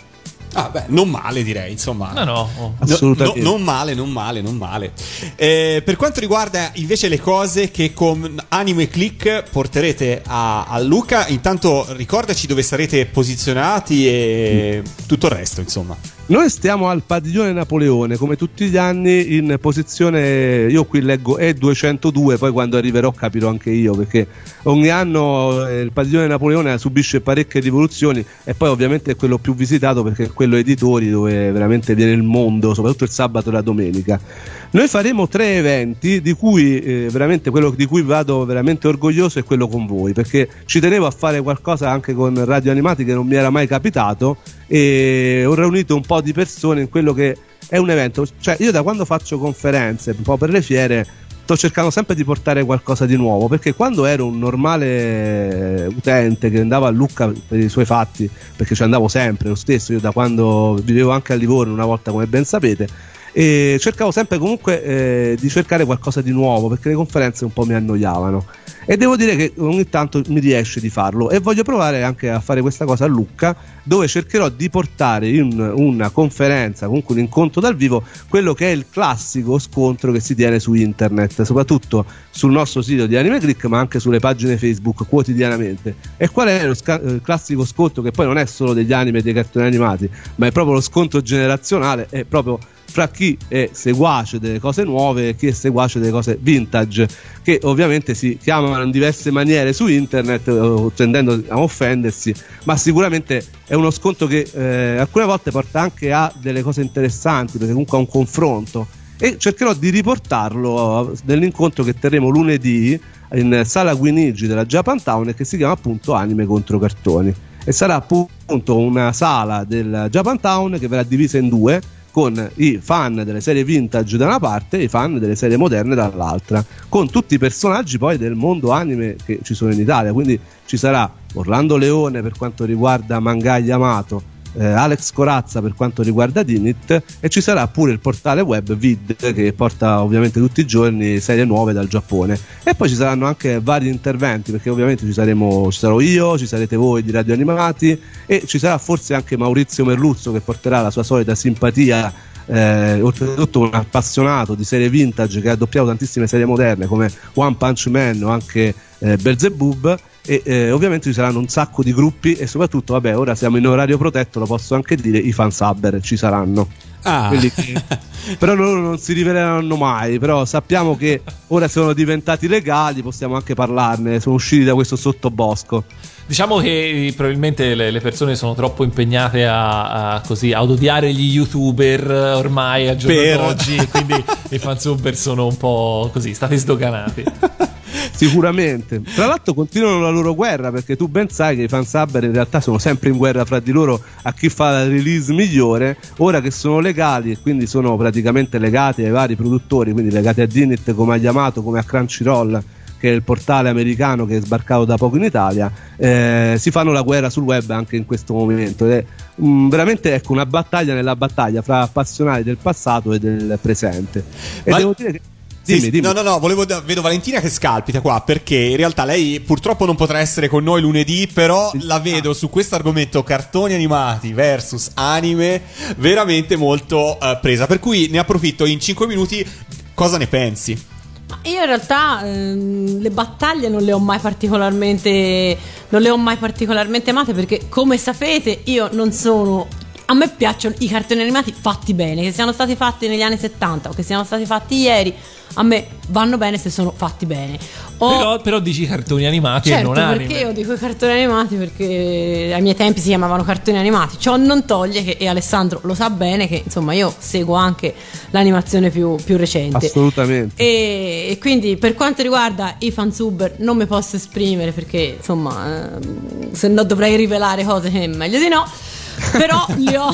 Speaker 2: Ah beh, non male, direi, insomma.
Speaker 3: No.
Speaker 14: Assolutamente.
Speaker 2: Non male. Per quanto riguarda invece le cose che con Anime Click porterete a Lucca, intanto ricordaci dove sarete posizionati e tutto il resto, insomma.
Speaker 14: Noi stiamo al Padiglione Napoleone, come tutti gli anni, in posizione, io qui leggo E202, poi quando arriverò capirò anche io, perché ogni anno il Padiglione Napoleone subisce parecchie rivoluzioni, e poi ovviamente è quello più visitato perché è quello editori, dove veramente viene il mondo, soprattutto il sabato e la domenica. Noi faremo 3 eventi, di cui veramente quello di cui vado veramente orgoglioso è quello con voi, perché ci tenevo a fare qualcosa anche con Radio Animati che non mi era mai capitato, e ho riunito un po' di persone in quello che è un evento. Cioè, io da quando faccio conferenze un po' per le fiere sto cercando sempre di portare qualcosa di nuovo, perché quando ero un normale utente che andava a Lucca per i suoi fatti, perché ci andavo sempre lo stesso, io da quando vivevo anche a Livorno una volta, come ben sapete, e cercavo sempre comunque di cercare qualcosa di nuovo, perché le conferenze un po' mi annoiavano, e devo dire che ogni tanto mi riesce di farlo, e voglio provare anche a fare questa cosa a Lucca, dove cercherò di portare in una conferenza, comunque un incontro dal vivo, quello che è il classico scontro che si tiene su internet, soprattutto sul nostro sito di Anime Click, ma anche sulle pagine Facebook quotidianamente. E qual è il classico scontro, che poi non è solo degli anime e dei cartoni animati, ma è proprio lo scontro generazionale, è proprio fra chi è seguace delle cose nuove e chi è seguace delle cose vintage, che ovviamente si chiamano in diverse maniere su internet, tendendo a offendersi, ma sicuramente è uno scontro che alcune volte porta anche a delle cose interessanti, perché comunque ha un confronto. e cercherò di riportarlo nell'incontro che terremo lunedì in sala Guinigi della Japan Town, e che si chiama appunto Anime contro cartoni, e sarà appunto una sala del Japan Town che verrà divisa in due, con i fan delle serie vintage da una parte e i fan delle serie moderne dall'altra, con tutti i personaggi poi del mondo anime che ci sono in Italia. Quindi ci sarà Orlando Leone per quanto riguarda Manga Yamato, Alex Corazza per quanto riguarda Dinit, e ci sarà pure il portale web Vid che porta ovviamente tutti i giorni serie nuove dal Giappone, e poi ci saranno anche vari interventi, perché ovviamente ci sarò io, ci sarete voi di Radio Animati, e ci sarà forse anche Maurizio Merluzzo che porterà la sua solita simpatia, oltretutto un appassionato di serie vintage che ha doppiato tantissime serie moderne come One Punch Man o anche Belzebub, e ovviamente ci saranno un sacco di gruppi, e soprattutto vabbè, ora siamo in orario protetto, lo posso anche dire, i fansubber ci saranno. Però loro non si riveleranno mai, però sappiamo che ora sono diventati legali, possiamo anche parlarne, sono usciti da questo sottobosco.
Speaker 3: Diciamo che probabilmente le persone sono troppo impegnate a odiare gli youtuber ormai al giorno d'oggi, e quindi i fansubber sono un po' così, stati sdoganati.
Speaker 14: Sicuramente. Tra l'altro continuano la loro guerra, perché tu ben sai che i fansubber in realtà sono sempre in guerra fra di loro a chi fa la release migliore. Ora che sono legali e quindi sono praticamente legati ai vari produttori, quindi legati a Dinit come a Yamato, come a Crunchyroll, che è il portale americano che è sbarcato da poco in Italia, si fanno la guerra sul web anche in questo momento. È veramente, ecco, una battaglia nella battaglia fra appassionati del passato e del presente. E devo dire che Dimmi.
Speaker 2: No, vedo Valentina che scalpita qua, perché in realtà lei purtroppo non potrà essere con noi lunedì, però la vedo su questo argomento cartoni animati versus anime veramente molto presa, per cui ne approfitto in 5 minuti. Cosa ne pensi?
Speaker 4: Io in realtà le battaglie non le ho mai particolarmente amate, perché come sapete io non sono... A me piacciono i cartoni animati fatti bene, che siano stati fatti negli anni 70 o che siano stati fatti ieri, a me vanno bene se sono fatti bene.
Speaker 3: Però dici cartoni animati,
Speaker 4: certo,
Speaker 3: e non anime.
Speaker 4: Perché io dico i cartoni animati perché ai miei tempi si chiamavano cartoni animati. Ciò non toglie che, e Alessandro lo sa bene, che insomma io seguo anche l'animazione più recente.
Speaker 14: Assolutamente.
Speaker 4: E quindi per quanto riguarda i fansubber non mi posso esprimere, perché insomma se no dovrei rivelare cose che meglio di no. Però li ho.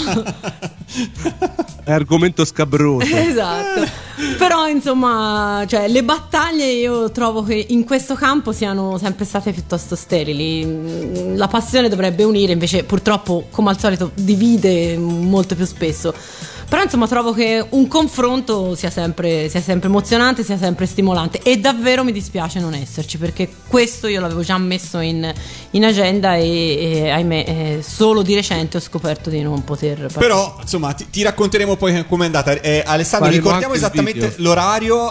Speaker 14: È argomento scabroso.
Speaker 4: Esatto. Però insomma, cioè, le battaglie io trovo che in questo campo siano sempre state piuttosto sterili. La passione dovrebbe unire, invece purtroppo come al solito divide molto più spesso. Però insomma trovo che un confronto sia sempre emozionante, sia sempre stimolante, e davvero mi dispiace non esserci, perché questo io l'avevo già messo in agenda e ahimè solo di recente ho scoperto di non poter partecipare.
Speaker 2: Però insomma ti racconteremo poi com'è andata. Alessandro,
Speaker 14: faremo
Speaker 2: ricordiamo esattamente l'orario.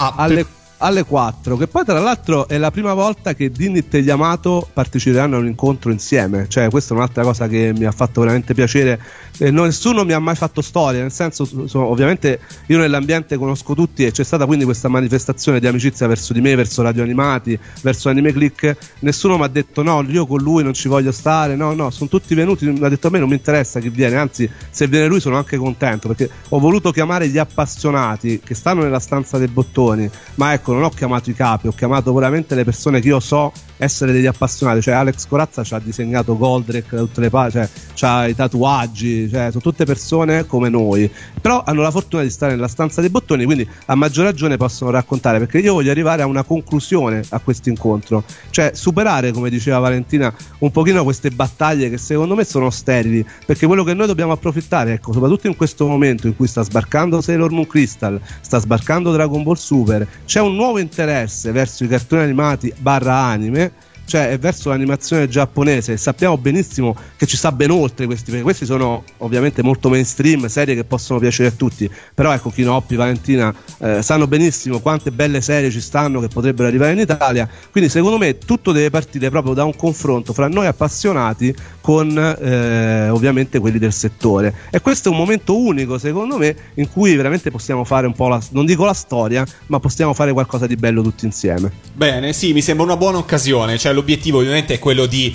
Speaker 14: Alle 4, che poi tra l'altro è la prima volta che Dinit e Yamato parteciperanno a un incontro insieme, cioè questa è un'altra cosa che mi ha fatto veramente piacere. Nessuno mi ha mai fatto storia, nel senso, ovviamente io nell'ambiente conosco tutti, e c'è stata quindi questa manifestazione di amicizia verso di me, verso Radio Animati, verso Anime Click. Nessuno mi ha detto no, io con lui non ci voglio stare, no, sono tutti venuti, mi ha detto a me non mi interessa chi viene, anzi se viene lui sono anche contento, perché ho voluto chiamare gli appassionati che stanno nella stanza dei bottoni, ma ecco, non ho chiamato i capi, ho chiamato veramente le persone che io so essere degli appassionati. Cioè Alex Corazza ci ha disegnato Goldrake da tutte le parti, cioè c'ha i tatuaggi, cioè sono tutte persone come noi, però hanno la fortuna di stare nella stanza dei bottoni, quindi a maggior ragione possono raccontare, perché io voglio arrivare a una conclusione a questo incontro, cioè superare, come diceva Valentina, un pochino queste battaglie che secondo me sono sterili, perché quello che noi dobbiamo approfittare, ecco, soprattutto in questo momento in cui sta sbarcando Sailor Moon Crystal, sta sbarcando Dragon Ball Super, c'è un nuovo interesse verso i cartoni animati / anime, cioè verso l'animazione giapponese, e sappiamo benissimo che ci sta ben oltre questi, perché questi sono ovviamente molto mainstream, serie che possono piacere a tutti, però ecco, Kinoppi, Valentina sanno benissimo quante belle serie ci stanno che potrebbero arrivare in Italia, quindi secondo me tutto deve partire proprio da un confronto fra noi appassionati con ovviamente quelli del settore, e questo è un momento unico secondo me in cui veramente possiamo fare un po' non dico la storia, ma possiamo fare qualcosa di bello tutti insieme.
Speaker 2: Bene, sì, mi sembra una buona occasione, cioè l'obiettivo ovviamente è quello di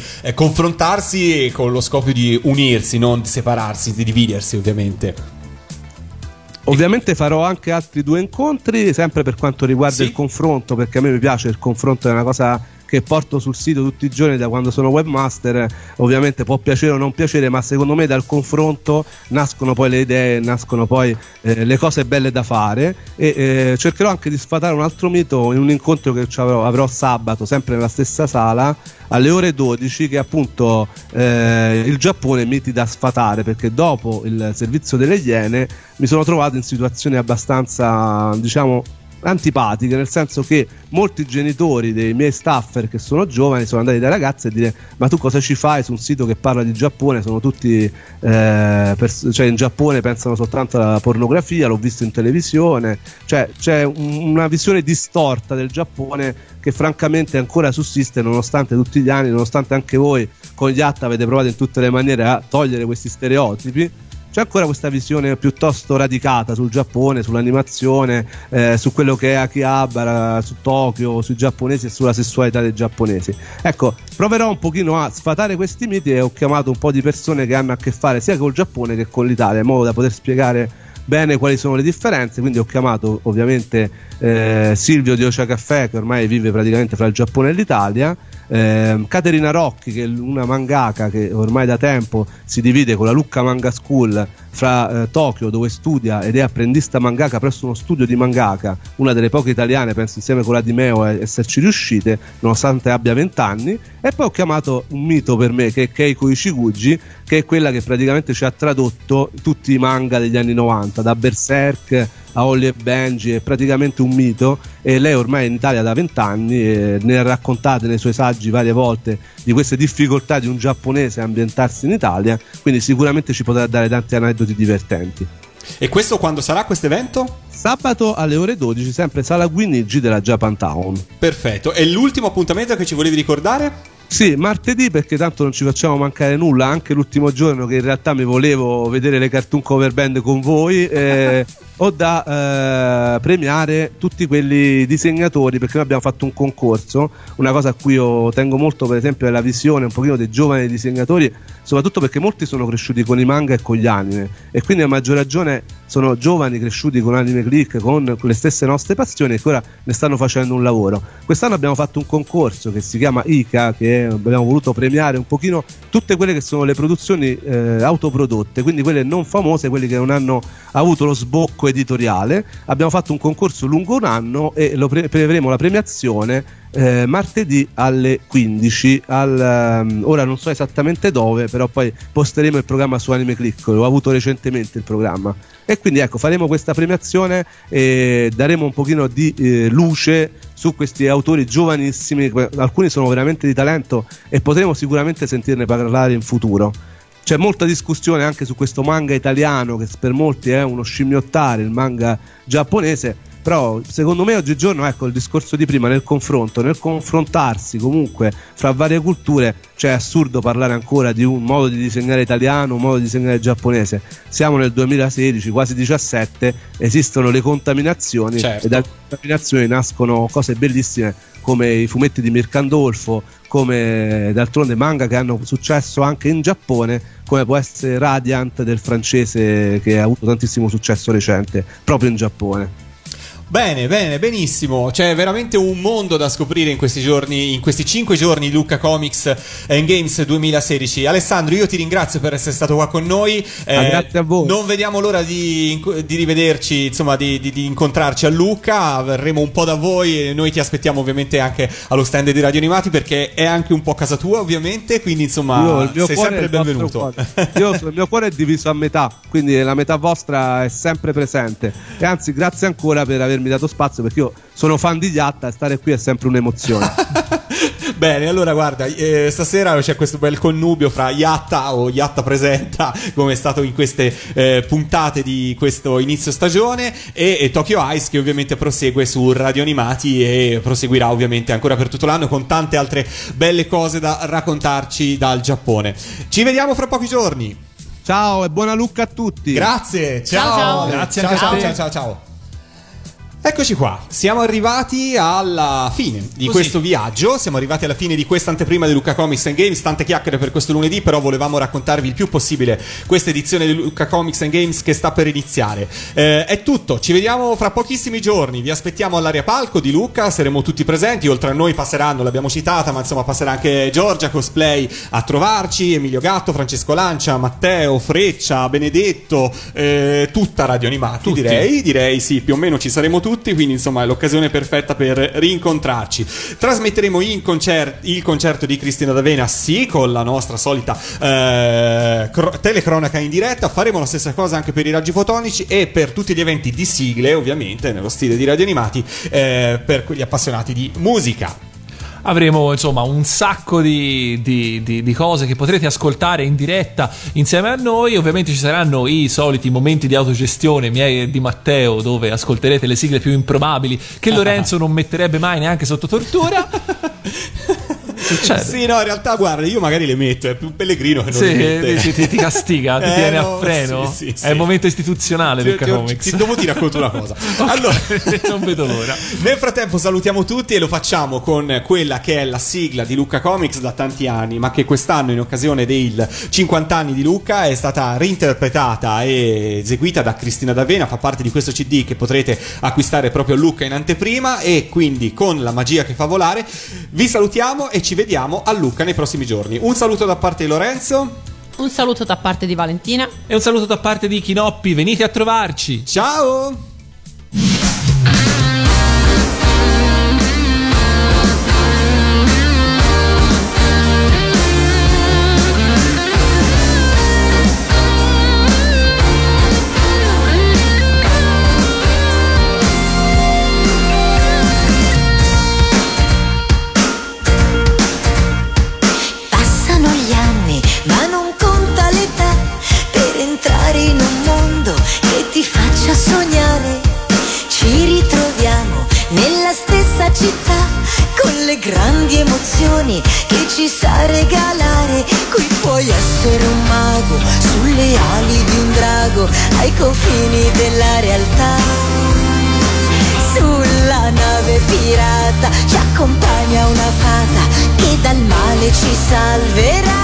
Speaker 2: confrontarsi con lo scopo di unirsi, non di separarsi, di dividersi ovviamente.
Speaker 14: Ovviamente farò anche altri 2 incontri, sempre per quanto riguarda il confronto, perché a me mi piace il confronto, è una cosa che porto sul sito tutti i giorni da quando sono webmaster. Ovviamente può piacere o non piacere, ma secondo me dal confronto nascono poi le idee, nascono poi le cose belle da fare, e cercherò anche di sfatare un altro mito in un incontro che avrò sabato, sempre nella stessa sala, alle ore 12, che appunto il Giappone miti da sfatare, perché dopo il servizio delle Iene mi sono trovato in situazioni abbastanza, diciamo, antipatiche, nel senso che molti genitori dei miei staffer che sono giovani sono andati da ragazze a dire: ma tu cosa ci fai su un sito che parla di Giappone? Sono tutti cioè in Giappone pensano soltanto alla pornografia, l'ho visto in televisione, cioè c'è una visione distorta del Giappone che francamente ancora sussiste, nonostante tutti gli anni, nonostante anche voi con Yatta avete provato in tutte le maniere a togliere questi stereotipi. C'è ancora questa visione piuttosto radicata sul Giappone, sull'animazione, su quello che è Akihabara, su Tokyo, sui giapponesi e sulla sessualità dei giapponesi. Ecco, proverò un pochino a sfatare questi miti e ho chiamato un po' di persone che hanno a che fare sia col Giappone che con l'Italia, in modo da poter spiegare bene quali sono le differenze. Quindi ho chiamato ovviamente Silvio di Ocha Caffè, che ormai vive praticamente fra il Giappone e l'Italia, Caterina Rocchi, che è una mangaka che ormai da tempo si divide con la Lucca Manga School fra Tokyo, dove studia ed è apprendista mangaka presso uno studio di mangaka, una delle poche italiane, penso insieme con la Di Meo, a esserci riuscite nonostante abbia 20 anni. E poi ho chiamato un mito per me, che è Keiko Ishiguchi, che è quella che praticamente ci ha tradotto tutti i manga degli anni 90, da Berserk a Holly e Benji, è praticamente un mito, e lei ormai è in Italia da 20 anni e ne ha raccontate nei suoi saggi varie volte di queste difficoltà di un giapponese a ambientarsi in Italia, quindi sicuramente ci potrà dare tanti aneddoti divertenti.
Speaker 2: E questo quando sarà questo evento?
Speaker 14: Sabato alle ore 12, sempre sala Guinigi della Japantown.
Speaker 2: Perfetto. E l'ultimo appuntamento che ci volevi ricordare?
Speaker 14: Sì, martedì, perché tanto non ci facciamo mancare nulla, anche l'ultimo giorno che in realtà mi volevo vedere le Cartoon Cover Band con voi, ho da premiare tutti quelli disegnatori, perché noi abbiamo fatto un concorso. Una cosa a cui io tengo molto, per esempio, è la visione un pochino dei giovani disegnatori, soprattutto perché molti sono cresciuti con i manga e con gli anime, e quindi a maggior ragione sono giovani cresciuti con Anime Click, con le stesse nostre passioni, e che ora ne stanno facendo un lavoro. Quest'anno abbiamo fatto un concorso che si chiama ICA, che abbiamo voluto premiare un pochino tutte quelle che sono le produzioni autoprodotte, quindi quelle non famose, quelle che non hanno avuto lo sbocco editoriale. Abbiamo fatto un concorso lungo un anno e avremo la premiazione martedì alle 15 ora non so esattamente dove, però poi posteremo il programma su Anime Click, l'ho avuto recentemente il programma, e quindi ecco, faremo questa premiazione e daremo un pochino di luce su questi autori giovanissimi. Alcuni sono veramente di talento e potremo sicuramente sentirne parlare in futuro. C'è molta discussione anche su questo manga italiano, che per molti è uno scimmiottare il manga giapponese, però secondo me oggigiorno, ecco, il discorso di prima, nel confronto, nel confrontarsi comunque fra varie culture, cioè è assurdo parlare ancora di un modo di disegnare italiano, un modo di disegnare giapponese. Siamo nel 2016, quasi 17, esistono le contaminazioni, certo. E dalle contaminazioni nascono cose bellissime come i fumetti di Mircandolfo, come d'altronde manga che hanno successo anche in Giappone, come può essere Radiant del francese, che ha avuto tantissimo successo recente proprio in Giappone.
Speaker 2: Bene, benissimo. C'è veramente un mondo da scoprire in questi giorni, in questi 5 giorni Lucca Comics and Games 2016. Alessandro, io ti ringrazio per essere stato qua con noi.
Speaker 14: Grazie a voi.
Speaker 2: Non vediamo l'ora di rivederci, insomma, di incontrarci a Lucca. Verremo un po' da voi e noi ti aspettiamo ovviamente anche allo stand di Radio Animati, perché è anche un po' casa tua, ovviamente. Quindi, insomma, sei sempre benvenuto.
Speaker 14: Il mio cuore è diviso a metà, quindi la metà vostra è sempre presente. E anzi, grazie ancora per avermi dato spazio, perché io sono fan di Yatta e stare qui è sempre un'emozione.
Speaker 2: Bene, allora guarda, stasera c'è questo bel connubio fra Yatta o Yatta presenta, come è stato in queste puntate di questo inizio stagione, e Tokyo Ice, che ovviamente prosegue su Radio Animati e proseguirà ovviamente ancora per tutto l'anno con tante altre belle cose da raccontarci dal Giappone. Ci vediamo fra pochi giorni.
Speaker 14: Ciao e buona Lucca a tutti.
Speaker 2: Grazie, ciao.
Speaker 4: Ciao.
Speaker 2: Grazie, ciao. Eccoci qua, siamo arrivati alla fine di questo viaggio, siamo arrivati alla fine di questa anteprima di Lucca Comics and Games, tante chiacchiere per questo lunedì, però volevamo raccontarvi il più possibile questa edizione di Lucca Comics and Games che sta per iniziare. È tutto, ci vediamo fra pochissimi giorni, vi aspettiamo all'area palco di Lucca, saremo tutti presenti, oltre a noi passeranno, l'abbiamo citata, ma insomma passerà anche Giorgia Cosplay a trovarci, Emilio Gatto, Francesco Lancia, Matteo, Freccia, Benedetto, tutta Radio Animati, direi sì, più o meno ci saremo tutti, quindi insomma è l'occasione perfetta per rincontrarci. Trasmetteremo il concerto di Cristina D'Avena, sì, con la nostra solita telecronaca in diretta, faremo la stessa cosa anche per i raggi fotonici e per tutti gli eventi di sigle, ovviamente nello stile di Radio Animati, per gli appassionati di musica.
Speaker 3: Avremo insomma un sacco di cose che potrete ascoltare in diretta insieme a noi. Ovviamente ci saranno i soliti momenti di autogestione miei e di Matteo, dove ascolterete le sigle più improbabili che Lorenzo non metterebbe mai neanche sotto tortura. Succede.
Speaker 2: Sì, no, in realtà guarda, io magari le metto, è più Pellegrino che non le mette.
Speaker 3: Ti castiga, ti tiene a freno.
Speaker 2: Sì.
Speaker 3: È il momento istituzionale del Comics.
Speaker 2: Dopo ti racconto una cosa.
Speaker 3: Okay, allora, non vedo l'ora.
Speaker 2: Nel frattempo salutiamo tutti e lo facciamo con quella che è la sigla di Lucca Comics da tanti anni, ma che quest'anno, in occasione dei 50 anni di Lucca, è stata reinterpretata e eseguita da Cristina D'Avena. Fa parte di questo CD che potrete acquistare proprio a Lucca in anteprima, e quindi con la magia che fa volare vi salutiamo e ci vediamo a Lucca nei prossimi giorni. Un saluto da parte di Lorenzo,
Speaker 4: un saluto da parte di Valentina
Speaker 3: e un saluto da parte di Chinoppi. Venite a trovarci.
Speaker 2: Ciao.
Speaker 15: Sognare, ci ritroviamo nella stessa città, con le grandi emozioni che ci sa regalare. Qui puoi essere un mago sulle ali di un drago, ai confini della realtà. Sulla nave pirata ci accompagna una fata che dal male ci salverà.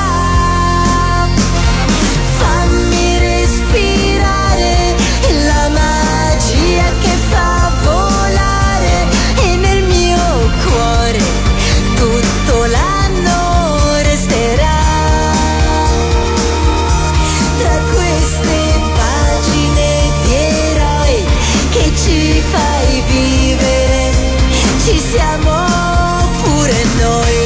Speaker 15: Fammi respirare la magia che fa volare, e nel mio cuore tutto l'anno resterà. Tra queste pagine di eroi che ci fai vivere, ci siamo pure noi.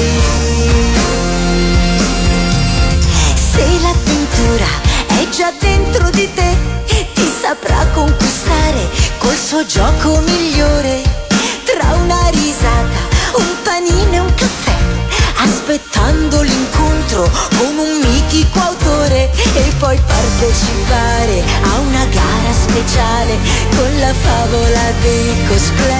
Speaker 15: Se l'avventura è già dentro di te, saprà conquistare col suo gioco migliore. Tra una risata, un panino e un caffè, aspettando l'incontro con un mitico autore, e poi partecipare a una gara speciale con la favola dei cosplay.